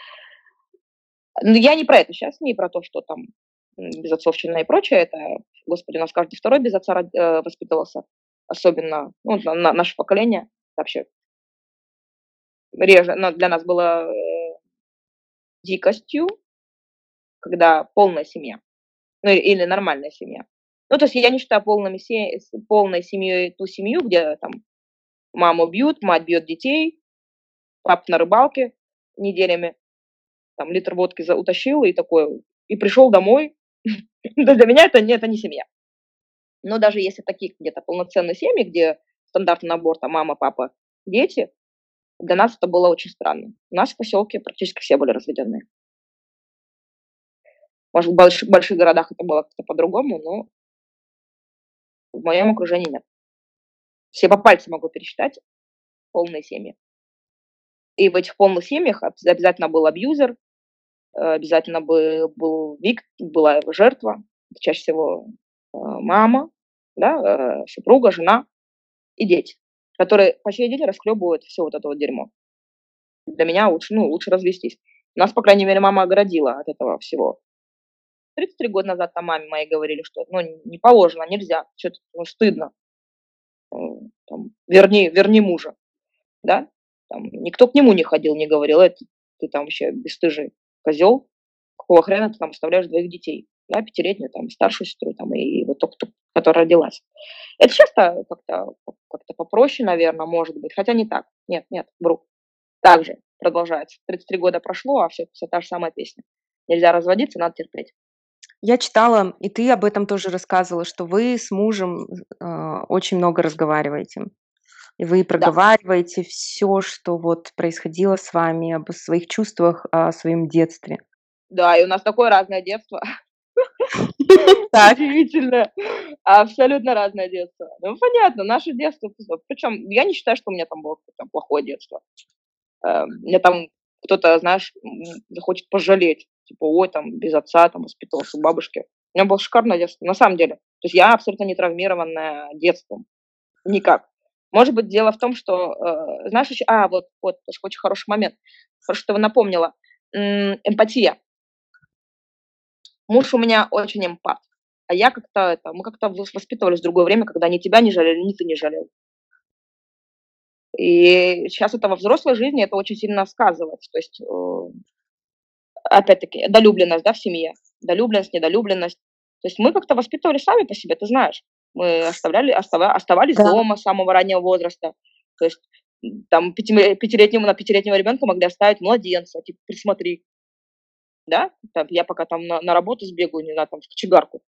Но я не про это сейчас, не про то, что там м, безотцовщина и прочее. Это, господи, у нас каждый второй без отца род- э, воспитывался. Особенно, ну, на, на наше поколение вообще реже. Но для нас было э, дикостью, когда полная семья. Ну, или или нормальная семья. Ну, то есть я не считаю полными се- с- полной семьей ту семью, где там маму бьют, мать бьет детей, пап на рыбалке неделями, там литр водки за- утащил и такой, и пришел домой, То есть для меня это не, это не семья. Но даже если такие где-то полноценные семьи, где стандартный набор, там мама, папа, дети, для нас это было очень странно. У нас в поселке практически все были разведенные. Может, в больш- больших городах это было как-то по-другому, но в моем окружении нет. Все по пальцам могу пересчитать полные семьи. И в этих полных семьях обяз- обязательно был абьюзер, э, обязательно бы был вик, была жертва, это чаще всего э, мама, да, э, супруга, жена и дети, которые по сей день расхлебывают все вот это вот дерьмо. Для меня лучше, ну, лучше развестись. Нас, по крайней мере, мама оградила от этого всего. тридцать три года назад там маме моей говорили, что ну, не положено, нельзя, что-то ну, стыдно. Э, Там, верни, верни мужа, да? Там, никто к нему не ходил, не говорил, это ты там вообще бесстыжий козел, какого хрена ты там оставляешь двоих детей, да, пятилетнюю, там, старшую сестру, там, и вот только, которая родилась. Это сейчас-то как-то как-то попроще, наверное, может быть, хотя не так. Нет, нет, вру. Так же продолжается. тридцать три года прошло, а все, все та же самая песня. Нельзя разводиться, надо терпеть. Я читала, и ты об этом тоже рассказывала, что вы с мужем э, очень много разговариваете. И вы Да, проговариваете все, что вот происходило с вами, об своих чувствах, о своем детстве. да, и у нас такое разное детство. Так. Удивительно. Абсолютно разное детство. Ну, понятно, наше детство. Причем я не считаю, что у меня там было какое-то плохое детство. Э, Мне там кто-то, знаешь, м, захочет пожалеть. Типа, ой, там, без отца, там, воспитывался у бабушки. У меня было шикарное детство, на самом деле. То есть я абсолютно не травмированная детством. Никак. Может быть, дело в том, что, э, знаешь, еще, а, вот, вот, тоже очень хороший момент. Хорошо, что вы напомнила. М, Эмпатия. Муж у меня очень эмпат. А я как-то это, мы как-то вос- воспитывались в другое время, когда ни тебя не жалели, ни ты не жалел. И сейчас это во взрослой жизни это очень сильно сказывается. То есть, э, опять-таки, долюбленность, да, в семье. Долюбленность, недолюбленность. То есть мы как-то воспитывали сами по себе, ты знаешь. Мы оставляли, остава- оставались Да. дома с самого раннего возраста. То есть м, там пяти- пятилетнему на пятилетнего ребенка могли оставить младенца, типа, присмотри, да, там, я пока там на, на работу сбегаю, не знаю, там, в кочегарку.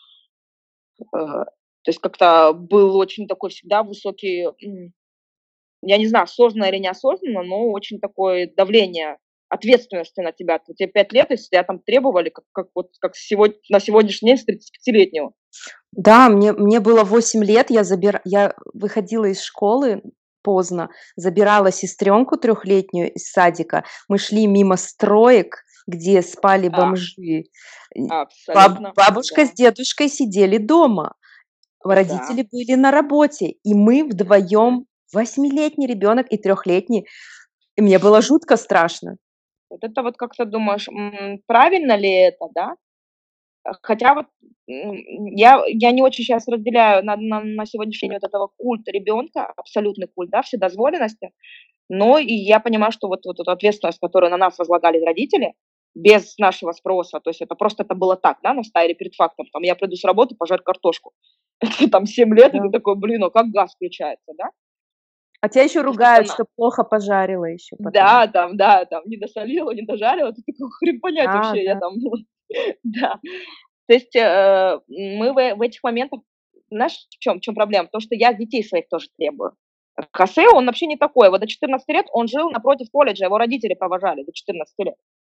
Э, То есть как-то был очень такой всегда высокий, м, я не знаю, осознанно или неосознанно, но очень такое давление ответственности на тебя. Вот тебе пять лет, если тебя там требовали, как, как вот как сегодня, на сегодняшний день с тридцатипятилетнего. Да, мне мне было восемь лет, я забира я выходила из школы поздно, забирала сестренку трехлетнюю из садика. Мы шли мимо строек, где спали Да, бомжи. И баб абсолютно, бабушка с да, дедушкой сидели дома, да. родители были на работе, и мы вдвоем, восьмилетний ребенок и трехлетний, и мне было жутко страшно. Вот это вот как ты думаешь, м, правильно ли это, да? Э, Хотя вот м, я, я не очень сейчас разделяю на, на, на сегодняшний день вот этого культа ребенка, абсолютный культ, да, вседозволенности. Но и я понимаю, что вот, вот эту ответственность, которую на нас возлагали родители, без нашего спроса, то есть это просто это было так, да, нас ставили перед фактом, там, я приду с работы, пожарь картошку. Это там семь лет, и Да. ты такой, блин, а как газ включается, да? А тебя еще То есть это ругают, на... что плохо пожарила еще потом. Да, там, да, там, не досолила, не дожарила, ты такой, хрен понять А, вообще, я да. там, да. То есть э, мы в, в этих моментах, знаешь, в чем, в чем проблема? То, что я от детей своих тоже требую. Хосе, он вообще не такой. Вот до четырнадцати лет он жил напротив колледжа, его родители провожали до четырнадцати лет.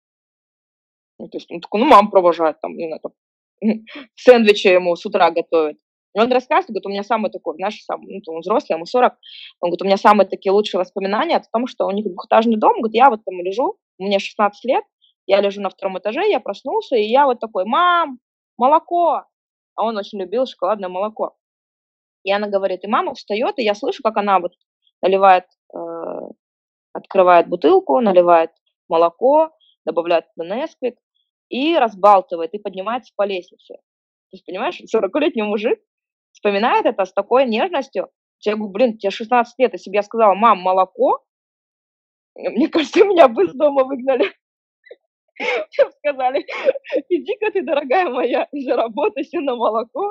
Ну, то есть он такой, ну, мама провожает, там, не знаю, там, сэндвичи ему с утра готовит. И он рассказывает, говорит, у меня самый такой, знаешь, самый, ну, он взрослый, ему сорок, он говорит, у меня самые такие лучшие воспоминания о том, что у них двухэтажный дом, говорит, я вот там лежу, мне шестнадцать лет, я лежу на втором этаже, я проснулся, и я вот такой, мам, молоко, а он очень любил шоколадное молоко. И она говорит, и мама встает, и я слышу, как она вот наливает, э, открывает бутылку, наливает молоко, добавляет туда Несквик и разбалтывает, и поднимается по лестнице. То есть, понимаешь, сорокалетний мужик вспоминает это с такой нежностью. Я говорю, блин, тебе шестнадцать лет, если бы я сказала, мам, молоко, мне кажется, меня бы из дома выгнали. Мне бы сказали, иди-ка ты, дорогая моя, заработайся на молоко.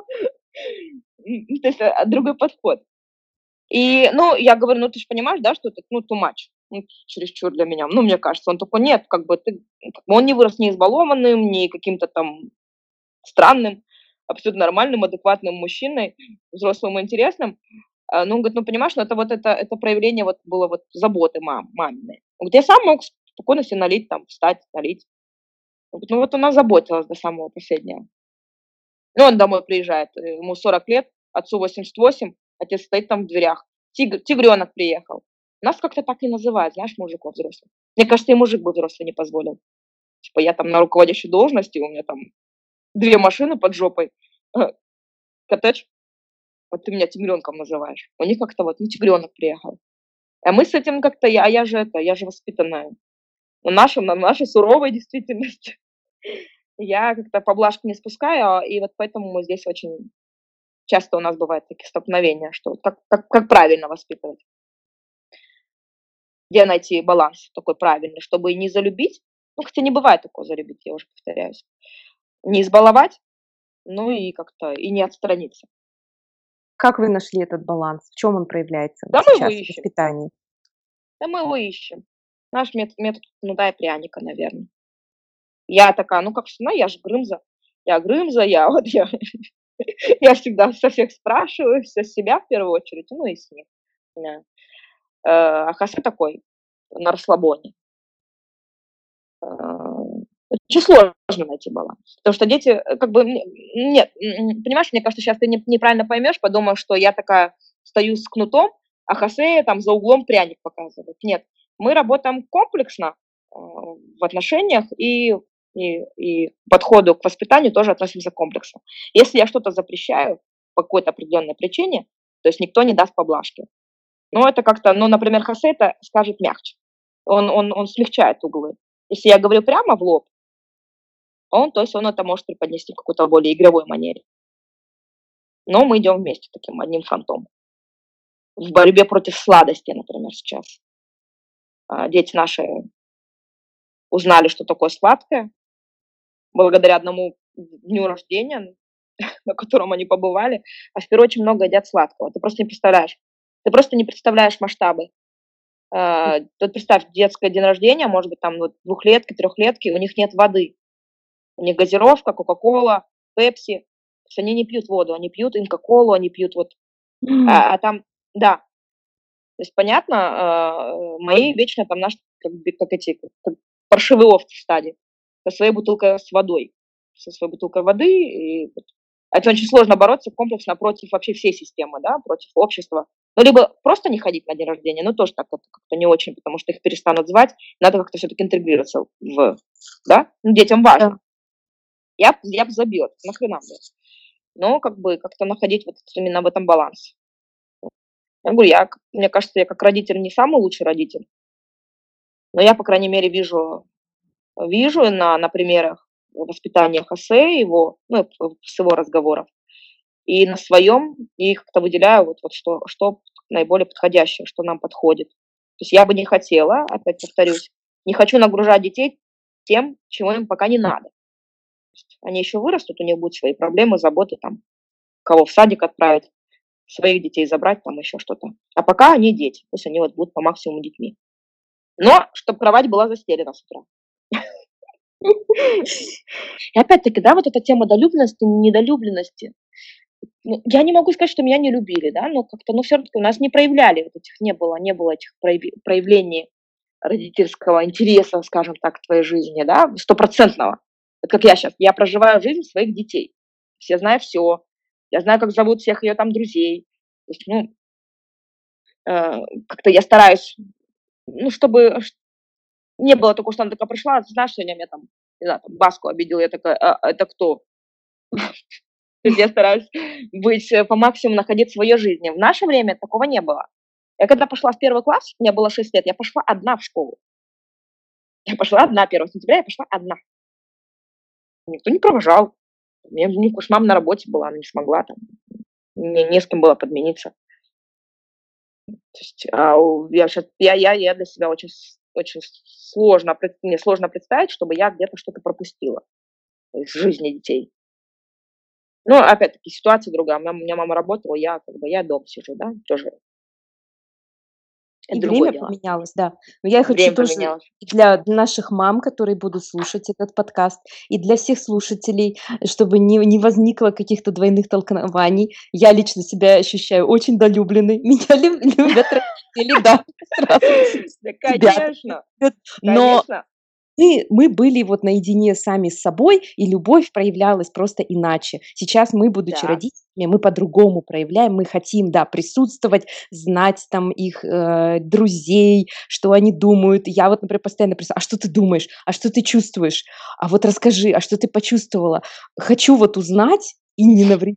М, То есть а, другой подход. И, ну, я говорю, ну, ты же понимаешь, да, что это, ну, too much, ну, чересчур для меня. Ну, мне кажется, он такой, нет, как бы ты, как бы он не вырос не избалованным, не каким-то там странным, абсолютно нормальным, адекватным мужчиной, взрослым и интересным. А, ну, он говорит, ну, понимаешь, ну, это вот это, это проявление вот было вот заботы мам, маминой. Он говорит, я сам мог спокойно себе налить, там, встать, налить. Он говорит, ну, вот она заботилась до самого последнего. Ну, он домой приезжает, э, ему сорок лет, отцу восемьдесят восемь, отец стоит там в дверях. Тигр, тигренок приехал. Нас как-то так и называют, знаешь, мужиков взрослых. Мне кажется, и мужик бы взрослый не позволил. Типа я там на руководящей должности, у меня там две машины под жопой, коттедж, вот ты меня тигренком называешь. У них как-то вот, ну, тигренок приехал. А мы с этим как-то, я, а я же это, я же воспитанная. На нашем, на нашей суровой действительности. Я как-то поблажку не спускаю, и вот поэтому мы здесь очень часто у нас бывают такие столкновения, что вот как, как, как правильно воспитывать. Где найти баланс такой правильный, чтобы и не залюбить, ну, хотя не бывает такого залюбить, я уже повторяюсь, не избаловать, ну и как-то и не отстраниться. Как вы нашли этот баланс? В чем он проявляется Да мы его сейчас в ищем, воспитании? да мы его ищем. Наш метод, метод кнута и пряника, наверное. Я такая, ну как всегда, я же Грымза. Я Грымза, я вот я, я всегда со всех спрашиваю, все с себя в первую очередь, ну и с них. Да. Э, А Хасе такой, на расслабоне. Э, Очень сложно найти баланс. Потому что дети, э, как бы, м, нет, м, понимаешь, мне кажется, сейчас ты не- неправильно поймешь, подумаешь, что я такая стою с кнутом, а Хосе там за углом пряник показывает. Нет, мы работаем комплексно э, в отношениях и, и, и к подходу к воспитанию тоже относимся комплексно. Если я что-то запрещаю по какой-то определенной причине, то есть никто не даст поблажки. Ну, это как-то, ну, например, Хосе это скажет мягче. Он, он, он смягчает углы. Если я говорю прямо в лоб, он, то есть он это может преподнести в какой-то более игровой манере. Но мы идем вместе таким одним фронтом. В борьбе против сладости, например, сейчас. А, Дети наши узнали, что такое сладкое, благодаря одному дню рождения, на котором они побывали. А в Перу очень много едят сладкого. Ты просто не представляешь. Ты просто не представляешь масштабы. А, Вот представь, детское день рождения, может быть, там вот двухлетки, трехлетки, у них нет воды. У них газировка, кока-кола, пепси. То есть они не пьют воду, они пьют инка-колу, они пьют вот. М. А, а там, да, то есть понятно, а, мои вечно там наш, как, бы- как эти, как паршивые овцы в стаде, со своей бутылкой с водой, со своей бутылкой воды. И вот. Это очень сложно бороться комплексно против вообще всей системы, да, против общества. Ну, либо просто не ходить на день рождения, но тоже так как- как-то не очень, потому что их перестанут звать, надо как-то все-таки интегрироваться в, да, ну, детям Да. важно. Я, б- я бы забила, нахрена мне. Но как бы как-то находить вот именно в этом баланс. Я говорю, я, к- мне кажется, я как родитель не самый лучший родитель, но я, по крайней мере, вижу, вижу на, на примерах воспитания Хосе, его, ну, п- с его разговоров, и на своем, и как-то выделяю вот, вот что, что наиболее подходящее, что нам подходит. То есть я бы не хотела, опять повторюсь, не хочу нагружать детей тем, чего им пока не надо. То есть они еще вырастут, у них будут свои проблемы, заботы, там, кого в садик отправить, своих детей забрать, там еще что-то. А пока они дети, пусть они вот будут по максимуму детьми. Но чтобы кровать была застелена с утра. И опять-таки, да, вот эта тема долюбленности, недолюбленности. Ну, я не могу сказать, что меня не любили, да, но как-то, ну, все таки у нас не проявляли вот этих, не было, не было этих прояви- проявлений родительского интереса, скажем так, в твоей жизни, да, стопроцентного. Вот как я сейчас, я проживаю жизнь своих детей. Я знаю все, я знаю, как зовут всех ее там друзей. То есть, ну, э, как-то я стараюсь, ну, чтобы ш- не было такого, что она такая пришла, ты знаешь, сегодня меня там, не знаю, там, Баску обидела, я такая, а, это кто? То есть я стараюсь быть, э, по максимуму находить в своей жизни. В наше время такого не было. Я когда пошла в первый класс, мне было шесть лет, я пошла одна в школу. Я пошла одна первого сентября, я пошла одна. Никто не провожал. У меня ну, с мамой на работе была, она не смогла там, не, не с кем было подмениться. То есть, а, у- я, щас- я, я, я для себя очень, с- очень сложно, пред- мне сложно представить, чтобы я где-то что-то пропустила из жизни детей. Ну, опять-таки, ситуация другая. У меня, у меня мама работала, я как бы я дома сижу, да, тоже Это И другое время дело. поменялось, да. Но я хочу Время тоже поменялось. и для наших мам, которые будут слушать этот подкаст, и для всех слушателей, чтобы не не возникло каких-то двойных толкований. Я лично себя ощущаю очень долюбленной. Меня лю любят родители, да, сразу Да, тебя конечно, любят. Но конечно. мы мы были вот наедине сами с собой, и любовь проявлялась просто иначе. Сейчас мы, будучи Да. родителями, мы по-другому проявляем. Мы хотим, да, присутствовать, знать там их, э, друзей, что они думают. Я вот, например, постоянно спрашиваю: "А что ты думаешь? А что ты чувствуешь? А вот расскажи, а что ты почувствовала?" Хочу вот узнать и не навредить.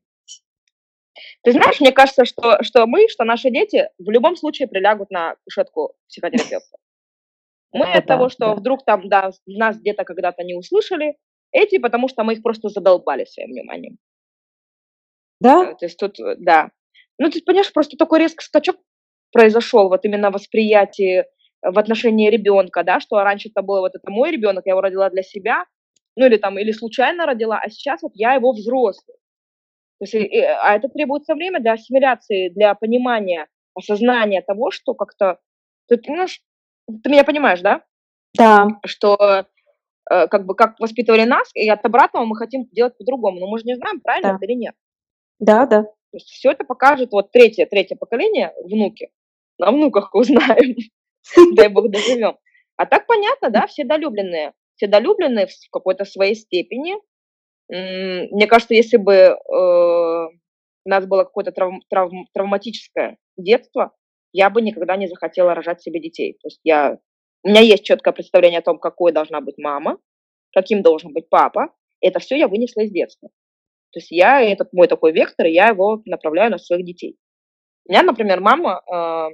Ты знаешь, мне кажется, что что мы, что наши дети в любом случае прилягут на кушетку психотерапевта. Мы Это от того, да, что да. вдруг там, да, нас где-то когда-то не услышали, эти, потому что мы их просто задолбали своим вниманием. Да? Э, то есть тут, э, да. Ну, ты понимаешь, просто такой резкий скачок произошел, вот именно восприятие э, в отношении ребенка, да, что раньше это было вот это мой ребенок, я его родила для себя, ну или там, или случайно родила, а сейчас вот я его взрослый. То есть, и, и, а это требуется время для ассимиляции, для понимания, осознания того, что как-то, ты понимаешь, ты меня понимаешь, да? Да, Что э, как бы как воспитывали нас, и от обратного мы хотим делать по-другому, но мы же не знаем, правильно да. это или нет. Да, да. То есть все это покажет вот третье, третье поколение, внуки. На внуках узнаем, дай бог доживем. А так понятно, да, все долюбленные. Все долюбленные в какой-то своей степени. М, Мне кажется, если бы э, у нас было какое-то травм- травм- травматическое детство, я бы никогда не захотела рожать себе детей. То есть я, у меня есть четкое представление о том, какой должна быть мама, каким должен быть папа. Это все я вынесла из детства. То есть я, этот мой такой вектор, и я его направляю на своих детей. У меня, например, мама, э,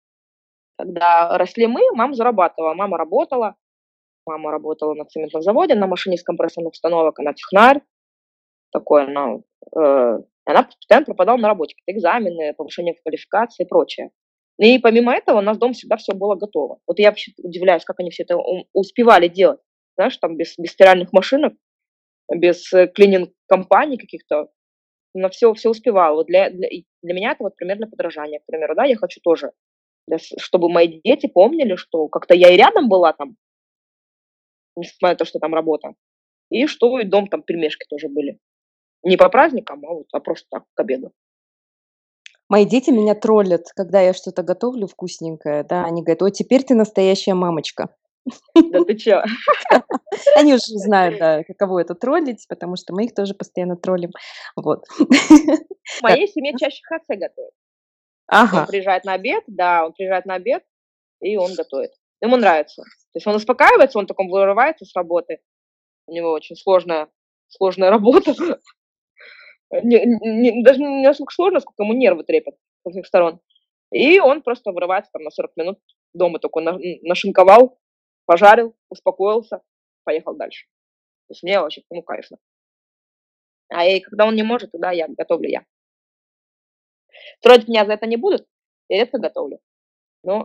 когда росли мы, мама зарабатывала, мама работала, мама работала на цементном заводе, на машине с компрессорных установок, она технарь такой, она, э, она постоянно пропадала на работе, какие-то экзамены, повышение квалификации и прочее. И помимо этого у нас дома всегда все было готово. Вот я вообще удивляюсь, как они все это у- успевали делать. Знаешь, там без, без стиральных машинок, без э, клининг-компаний каких-то, на все, все успевала. Вот для, для, и для меня это вот примерно подражание, к примеру, да, я хочу тоже, для с- чтобы мои дети помнили, что как-то я и рядом была там, несмотря на то, что там работа, и что и дом там пельмешки тоже были. Не по праздникам, а вот, а просто так, к обеду. Мои дети меня троллят, когда я что-то готовлю вкусненькое, да, они говорят: "Ой, теперь ты настоящая мамочка". Да ты чё? Они уже знают, да, каково это троллить, потому что мы их тоже постоянно троллим. Вот. В Так, моей семье чаще Хацэ готовят. Он ага, приезжает на обед, да, он приезжает на обед, и он готовит. Ему нравится. То есть он успокаивается, он таком вырывается с работы. У него очень сложная, сложная работа. Не, не- даже не настолько сложно, сколько ему нервы трепят со всех сторон. И он просто вырывается там на сорок минут дома, такой на- нашинковал, пожарил, успокоился, поехал дальше. То есть мне вообще, ну, кайфно. А и когда он не может, тогда я готовлю я. Строить меня за это не будут, я редко готовлю. Но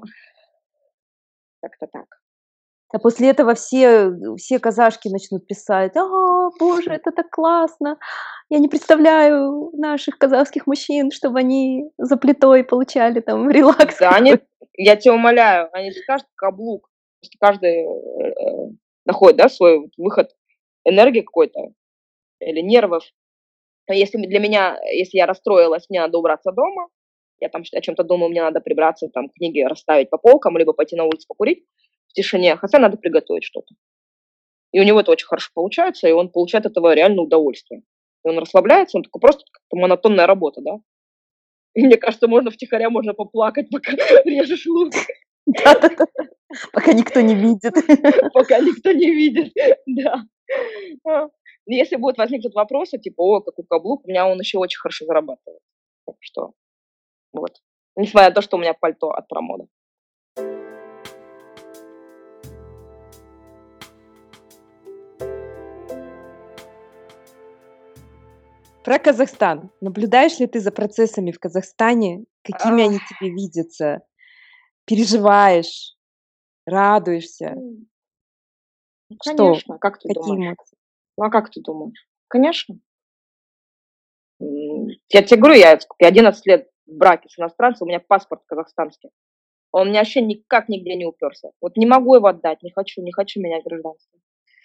как-то так. а после этого все все казашки начнут писать: "А, боже, это так классно! Я не представляю наших казахских мужчин, чтобы они за плитой получали там релакс Да, они, какой". я тебя умоляю, они скажут каблук. Потому что каждый э, э, находит, да, свой вот выход энергии какой-то или нервов. А если для меня, если я расстроилась, мне надо убраться дома, я там о чем-то думаю, мне надо прибраться, там книги расставить по полкам, либо пойти на улицу покурить в тишине, хотя надо приготовить что-то. И у него это очень хорошо получается, и он получает от этого реально удовольствие. И он расслабляется, он такой просто как-то монотонная работа, да. И мне кажется, можно втихаря, можно поплакать, пока режешь лук, Да-да-да, пока никто не видит. пока никто не видит, да. А, Если будут возникнуть вопросы, типа, о, какой каблук, у меня он еще очень хорошо зарабатывает. Так что вот. Несмотря на то, что у меня пальто от промода. Про Казахстан. Наблюдаешь ли ты за процессами в Казахстане? Какими Ах, они тебе видятся? Переживаешь? Радуешься? м, ну, Что? конечно, как ты Какие думаешь? эмоции? Ну, а как ты думаешь? Конечно. М, Я тебе говорю, я, сколько, я одиннадцать лет в браке с иностранцем, у меня паспорт казахстанский. Он мне вообще никак нигде не уперся. Вот не могу его отдать, не хочу, не хочу менять гражданство.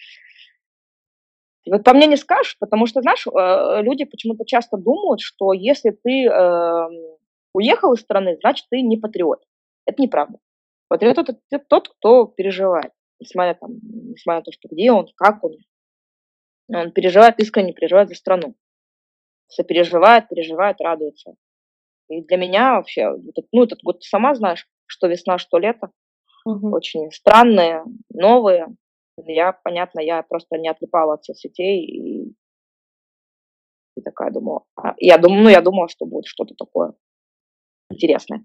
И вот по мне не скажешь, потому что, знаешь, э, люди почему-то часто думают, что если ты э, уехал из страны, значит, ты не патриот. Это неправда. Патриот – это тот, кто переживает, несмотря, там, несмотря на то, что где он, как он. Он переживает, искренне переживает за страну. Сопереживает, переживает, радуется. И для меня вообще, ну, этот год ты сама знаешь, что весна, что лето, Мгм. очень странные, новые. Я, понятно, я просто не отлипала от соцсетей и, и такая думала. а, Я думаю, ну, я думала, что будет что-то такое интересное.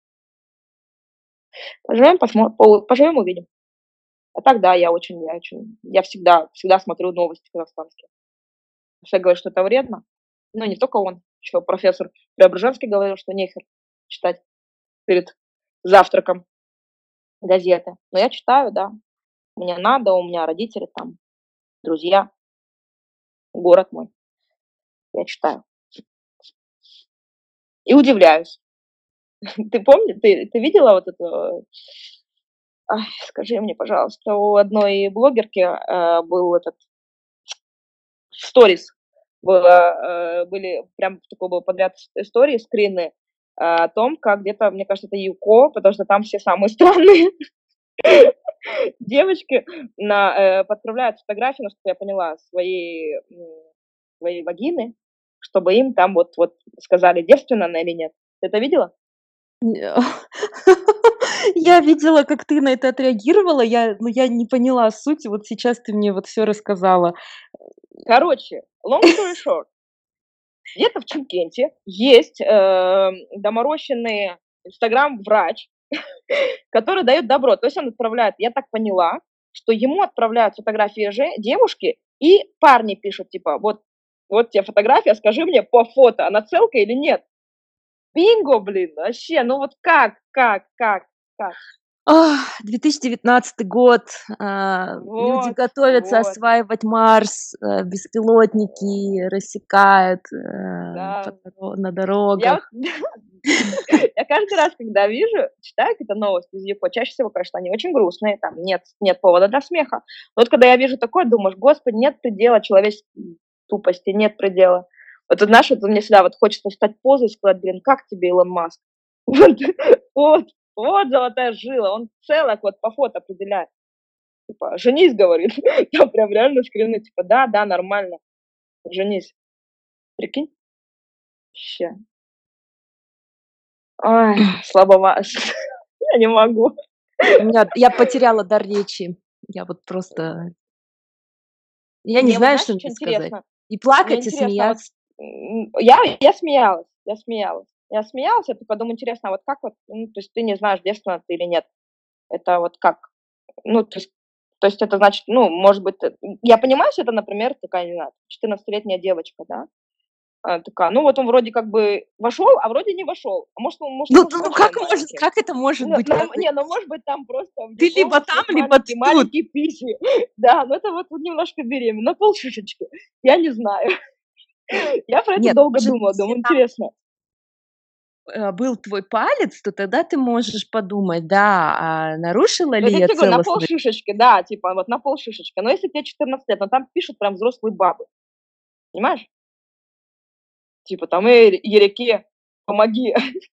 Поживем, посмотрим, поживем, увидим. А так, да, я очень, я очень, я всегда, всегда смотрю новости казахстанские. Все говорят, что это вредно. Но не только он, еще профессор Преображенский говорил, что нехер читать перед завтраком газеты. Но я читаю, да. Мне надо, у меня родители там, друзья, город мой. Я читаю. И удивляюсь. Ты помнишь, ты, ты видела вот это? Ай, скажи мне, пожалуйста, у одной блогерки э, был этот сторис. Было, э, были прям такой был подряд истории, скрины э, о том, как где-то, мне кажется, это Юко, потому что там все самые странные девочки на, э, подправляют фотографии, насколько я поняла, своей, м, своей вагины, чтобы им там вот, вот сказали, девственна она или нет. Ты это видела? Я видела, как ты на это отреагировала. Я, ну, я не поняла сути. Вот сейчас ты мне вот все рассказала. Короче, long story short, где-то в Чимкенте есть э, доморощенный инстаграм-врач, который дает добро. То есть он отправляет, я так поняла, что ему отправляют фотографии же, девушки, и парни пишут, типа, вот, вот тебе фотография, скажи мне по фото, она целка или нет. Бинго, блин, вообще, ну вот как, как, как, как? Ах, две тысячи девятнадцатый год. а, Люди Вот, готовятся вот, осваивать Марс, э, беспилотники рассекают э, по да. доро- на Я вот, дорогах. я каждый раз, когда вижу, читаю какие-то новости из ЮКО, чаще всего, конечно, они очень грустные, там нет, нет повода для смеха. Но вот когда я вижу такое, думаешь, господи, нет предела человеческой тупости, нет предела. Вот, вот знаешь, вот мне всегда вот хочется встать в позу и сказать, блин, как тебе, Илон Маск? Вот, вот, вот золотая жила, он целок вот по фото определяет. Типа, женись, говорит. Там прям реально скрины, типа, да, да, нормально, женись. Прикинь? Вообще. Ой, слабова. Я не могу. У меня, я потеряла дар речи. Я вот просто, я не Мне вот знаю, знаешь, что что мне сказать. интересно? И Мне плакать, и интересно, вот смеяться. м, я, я смеялась, я смеялась. Я смеялась, я такая думаю, интересно, а вот как вот, ну, то есть ты не знаешь, девственна ты или нет. Это вот как? Ну, то есть, то есть это значит, ну, может быть, э, я понимаю, что это, например, такая, не знаю, четырнадцатилетняя девочка, да, а, такая, ну вот он вроде как бы вошел, а вроде не вошел. А может, он, может, он Ну, уже ну вообще как может, маленький. как это может Ну, быть? нам- Как не, ну может быть там просто в ты Юко либо может там, быть либо маленький, ты тут. маленький писи. Да, ну это вот вот немножко беременна, на полшишечки. Я не знаю. Я про это Нет, долго может, думала, если думаю, интересно. э, был твой палец, то тогда ты можешь подумать, да, а нарушила Вот ли я я тебе говорю, на целостность? полшишечки, да, типа вот на полшишечки. Но если тебе четырнадцать лет, но там пишут прям взрослые бабы, понимаешь? Типа там, эй, Ереке, помоги.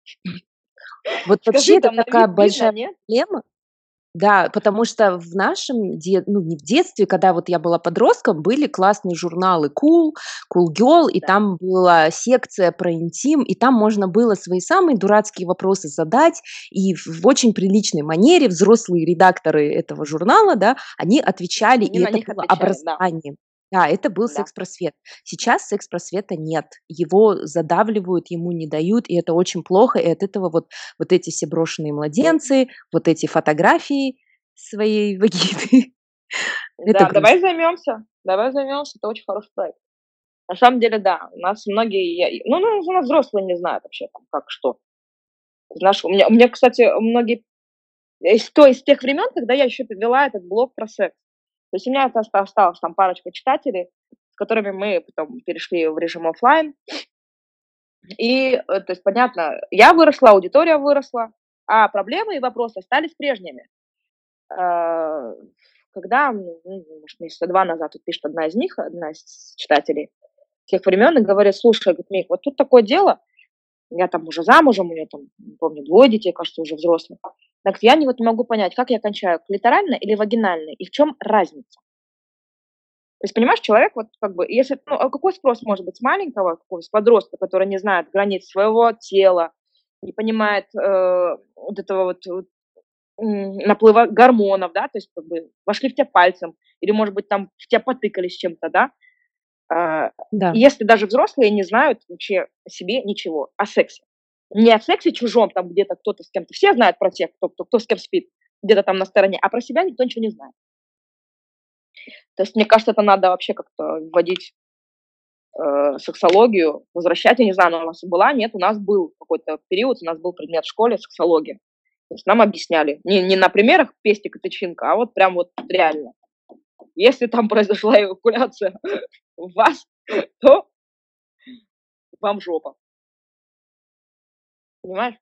Вот вообще Скажи, это там на такая вид видно, большая нет? проблема. Да, потому что в нашем де ну, не в детстве, когда вот я была подростком, были классные журналы Cool, Cool Girl, и Да. там была секция про интим, и там можно было свои самые дурацкие вопросы задать, и в в очень приличной манере взрослые редакторы этого журнала, да, они отвечали, Они и на это них было отвечали, да, образование. Да, это был да. секс-просвет. Сейчас секс-просвета нет. Его задавливают, ему не дают, и это очень плохо, и от этого вот вот эти все брошенные младенцы, вот эти фотографии своей вагины. Это Да, грустно. давай займемся, давай займемся, это очень хороший проект. На самом деле, да, у нас многие, я- ну, ну, у нас взрослые не знают вообще там как что. Знаешь, у меня, у меня, кстати, многие из, то, из тех времен, когда я еще вела этот блог про секс. То есть у меня это оста- осталось там парочка читателей, с которыми мы потом перешли в режим оффлайн. И, э, то есть, понятно, я выросла, аудитория выросла, А проблемы и вопросы остались прежними. Э, Когда, ну, может, месяца два назад тут пишет одна из них, одна из читателей тех времен, и говорит: слушай, говорит, Мик, вот тут такое дело, я там уже замужем, у меня там, не помню, двое детей, кажется, уже взрослых. Так я не вот не могу понять, как я кончаю, клиторально или вагинально, и в чем разница? То есть, понимаешь, человек вот как бы, если, ну, а какой спрос может быть с маленького, какого, с подростка, который не знает границ своего тела, не понимает э, вот этого вот, вот м, наплыва гормонов, да, то есть как бы вошли в тебя пальцем, или, может быть, там в тебя потыкались чем-то, да. А, Да. Если даже взрослые не знают вообще о себе ничего, о сексе. Не о сексе чужом, там где-то кто-то с кем-то, все знают про тех, кто, кто, кто с кем спит, где-то там на стороне, а про себя никто ничего не знает. То есть, мне кажется, это надо вообще как-то вводить э, сексологию, возвращать, я не знаю, она у нас была, нет, у нас был какой-то период, у нас был предмет в школе сексология. То есть нам объясняли, не, не на примерах пестик и тычинка, а вот прям вот реально. Если там произошла эвакуляция в вас, то вам жопа. Понимаешь?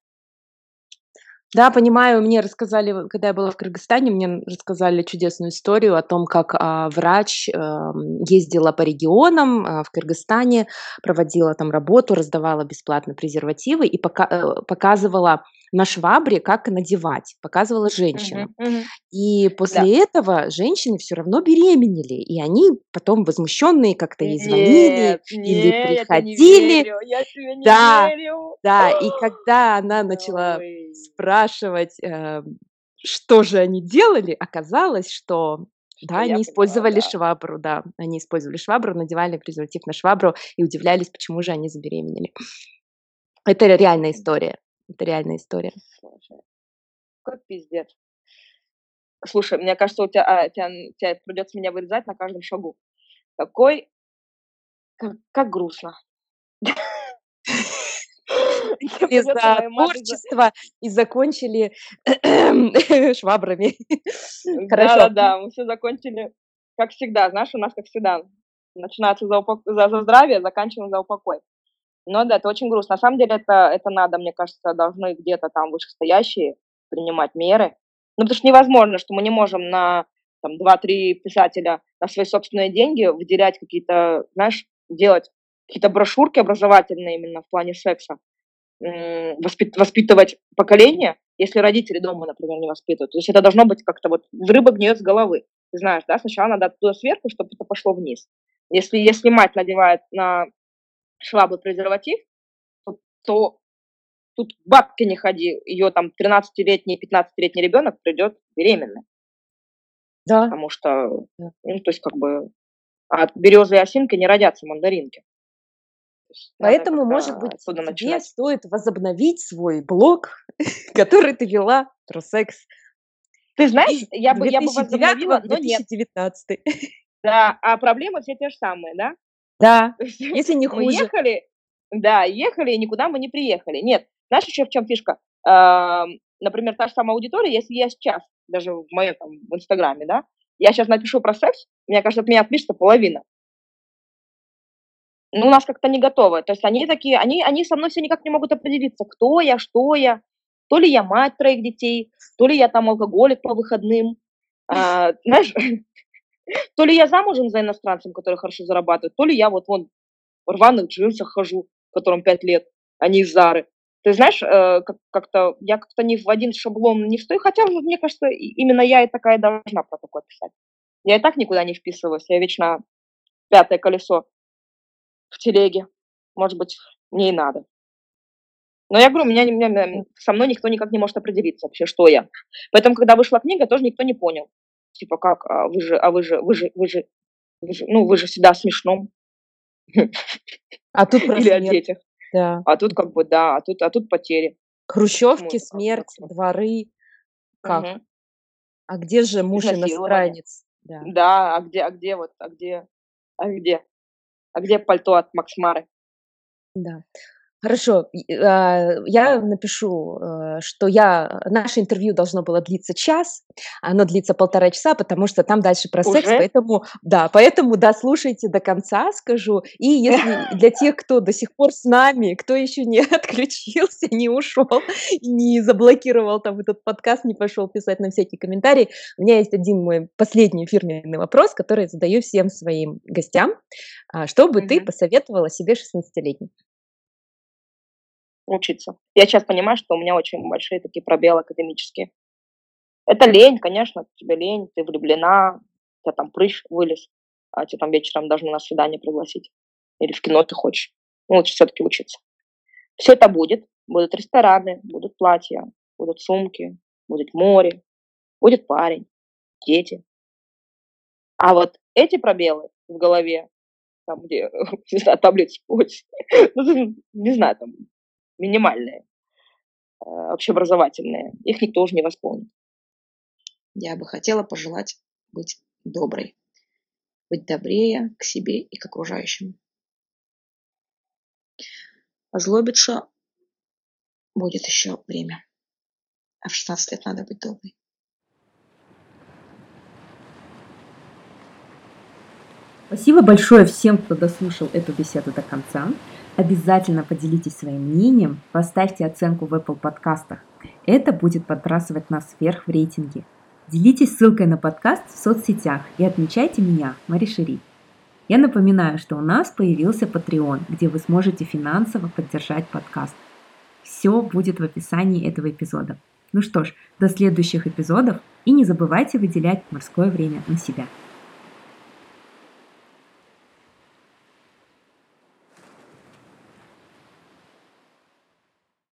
Да, понимаю, мне рассказали, в когда я была в Кыргызстане, мне рассказали чудесную историю о том, как, а, врач, эм, ездила по регионам, а, в Кыргызстане, проводила там работу, раздавала бесплатно презервативы и пока э, показывала на швабре, как надевать, показывала Мгм, женщинам. мгм. И Да. после этого женщины все равно беременели, и они потом возмущенные как-то ей звонили Нет, или нет, я тебе не приходили. верю, я тебе не Да. верю. Да, и когда она начала Ой, спрашивать, эм, что же они делали, оказалось, что что да, я они поняла, использовали да. швабру, да, они использовали швабру, надевали презерватив на швабру и удивлялись, почему же они забеременели. Это реальная история. Это реальная история. Слушай, какой пиздец. Слушай, мне кажется, у тебя, а, тя тя придется меня вырезать на каждом шагу. Какой как как грустно. Мне Или придется за моей маме за творчество и закончили швабрами. Хорошо. да-да-да, мы все закончили, как всегда, знаешь, у нас как всегда. Начинается за упок за за здравие, заканчиваем за упокой. Но да, это очень грустно. На самом деле это это надо, мне кажется, должны где-то там вышестоящие принимать меры. Ну, потому что невозможно, что мы не можем на там два-три писателя на свои собственные деньги выделять какие-то, знаешь, делать какие-то брошюрки образовательные именно в плане секса, м, воспит воспитывать поколение, если родители дома, например, не воспитывают. То есть это должно быть как-то вот рыба гниет с головы. Ты знаешь, да, сначала надо оттуда сверху, чтобы это пошло вниз. Если если мать надевает на швабру презерватив, то то тут к бабке не ходи, ее там тринадцатилетний, пятнадцатилетний ребенок придет беременный, Да. потому что, Да. ну, то есть как бы от березы и осинки не родятся мандаринки. То есть надо Поэтому, как-то может быть, оттуда тебе начинать. стоит возобновить свой блог, который ты вела про секс Ты знаешь, две я бы две я бы тысячи девятого возобновила, в но нет. две тысячи девятнадцатый. Да, а проблемы все те же самые, да? Да, То есть если не мы хуже. ехали, да, ехали, и никуда мы не приехали. Нет, знаешь, еще в чем фишка? Ам, например, та же самая аудитория, если я сейчас, даже в моем там, в Инстаграме, да, я сейчас напишу про секс, мне кажется, от меня отпишется половина. Ну, у нас как-то не готовы. То есть они такие, они, они со мной все никак не могут определиться, кто я, что я. То ли я мать троих детей, то ли я там алкоголик по выходным. А, знаешь, то ли я замужем за иностранцем, который хорошо зарабатывает, то ли я вот вон в рваных джинсах хожу, которым пять лет, а не из Зары. Ты знаешь, э, как как-то я как-то не в один шаблон не встаю, хотя, вот мне кажется, и именно я и такая должна про такое писать. Я и так никуда не вписываюсь, я вечно пятое колесо в телеге. Может быть, мне и надо. Но я говорю, меня, меня, меня- Да. со мной никто никак не может определиться вообще, что я. Поэтому, когда вышла книга, тоже никто не понял. Типа, как, а вы же, а вы же, вы же, вы же, вы же, ну, вы же всегда о смешном. А тут про Или о смерть. детях. Да. А тут как бы, да, а тут, а тут потери. Почему Хрущевки, это как, как смерть, что? дворы. Как? Мгм. А где же муж Изнасилование. иностранец? Да, Да, а где, а где вот, а где, а где, а где пальто от Макс Мары? да. Хорошо, и, а, я напишу, э, что я наше интервью должно было длиться час, оно длится полтора часа, потому что там дальше про секс, Уже? поэтому да, поэтому дослушайте до конца, скажу. И если для тех, кто до сих пор с нами, кто еще не отключился, не ушел, не заблокировал там этот подкаст, не пошел писать на всякие комментарии, у меня есть один мой последний фирменный вопрос, который я задаю всем своим гостям. А, Что бы ты Мгм. посоветовала себе шестнадцатилетней? Учиться. Я сейчас понимаю, что у меня очень большие такие пробелы академические. Это лень, конечно, тебе лень, ты влюблена, у тебя там прыщ вылез, а тебя там вечером должны на свидание пригласить. Или в кино ты хочешь. Ну, лучше все-таки учиться. Все это будет. Будут рестораны, будут платья, будут сумки, будет море, будет парень, дети. А вот эти пробелы в голове, там, где, не знаю, таблицы почты, ну, не знаю, там, минимальные, э, общеобразовательные, их никто уже не восполнит. Я бы хотела пожелать быть доброй, быть добрее к себе и к окружающим. Озлобиться будет еще время, а в шестнадцать лет надо быть доброй. Спасибо большое всем, кто дослушал эту беседу до конца. Обязательно поделитесь своим мнением, поставьте оценку в Apple подкастах. Это будет подбрасывать нас вверх в рейтинге. Делитесь ссылкой на подкаст в соцсетях и отмечайте меня, Мари Шери. Я напоминаю, что у нас появился Patreon, где вы сможете финансово поддержать подкаст. Все будет в описании этого эпизода. Ну что ж, до следующих эпизодов и не забывайте выделять морское время на себя.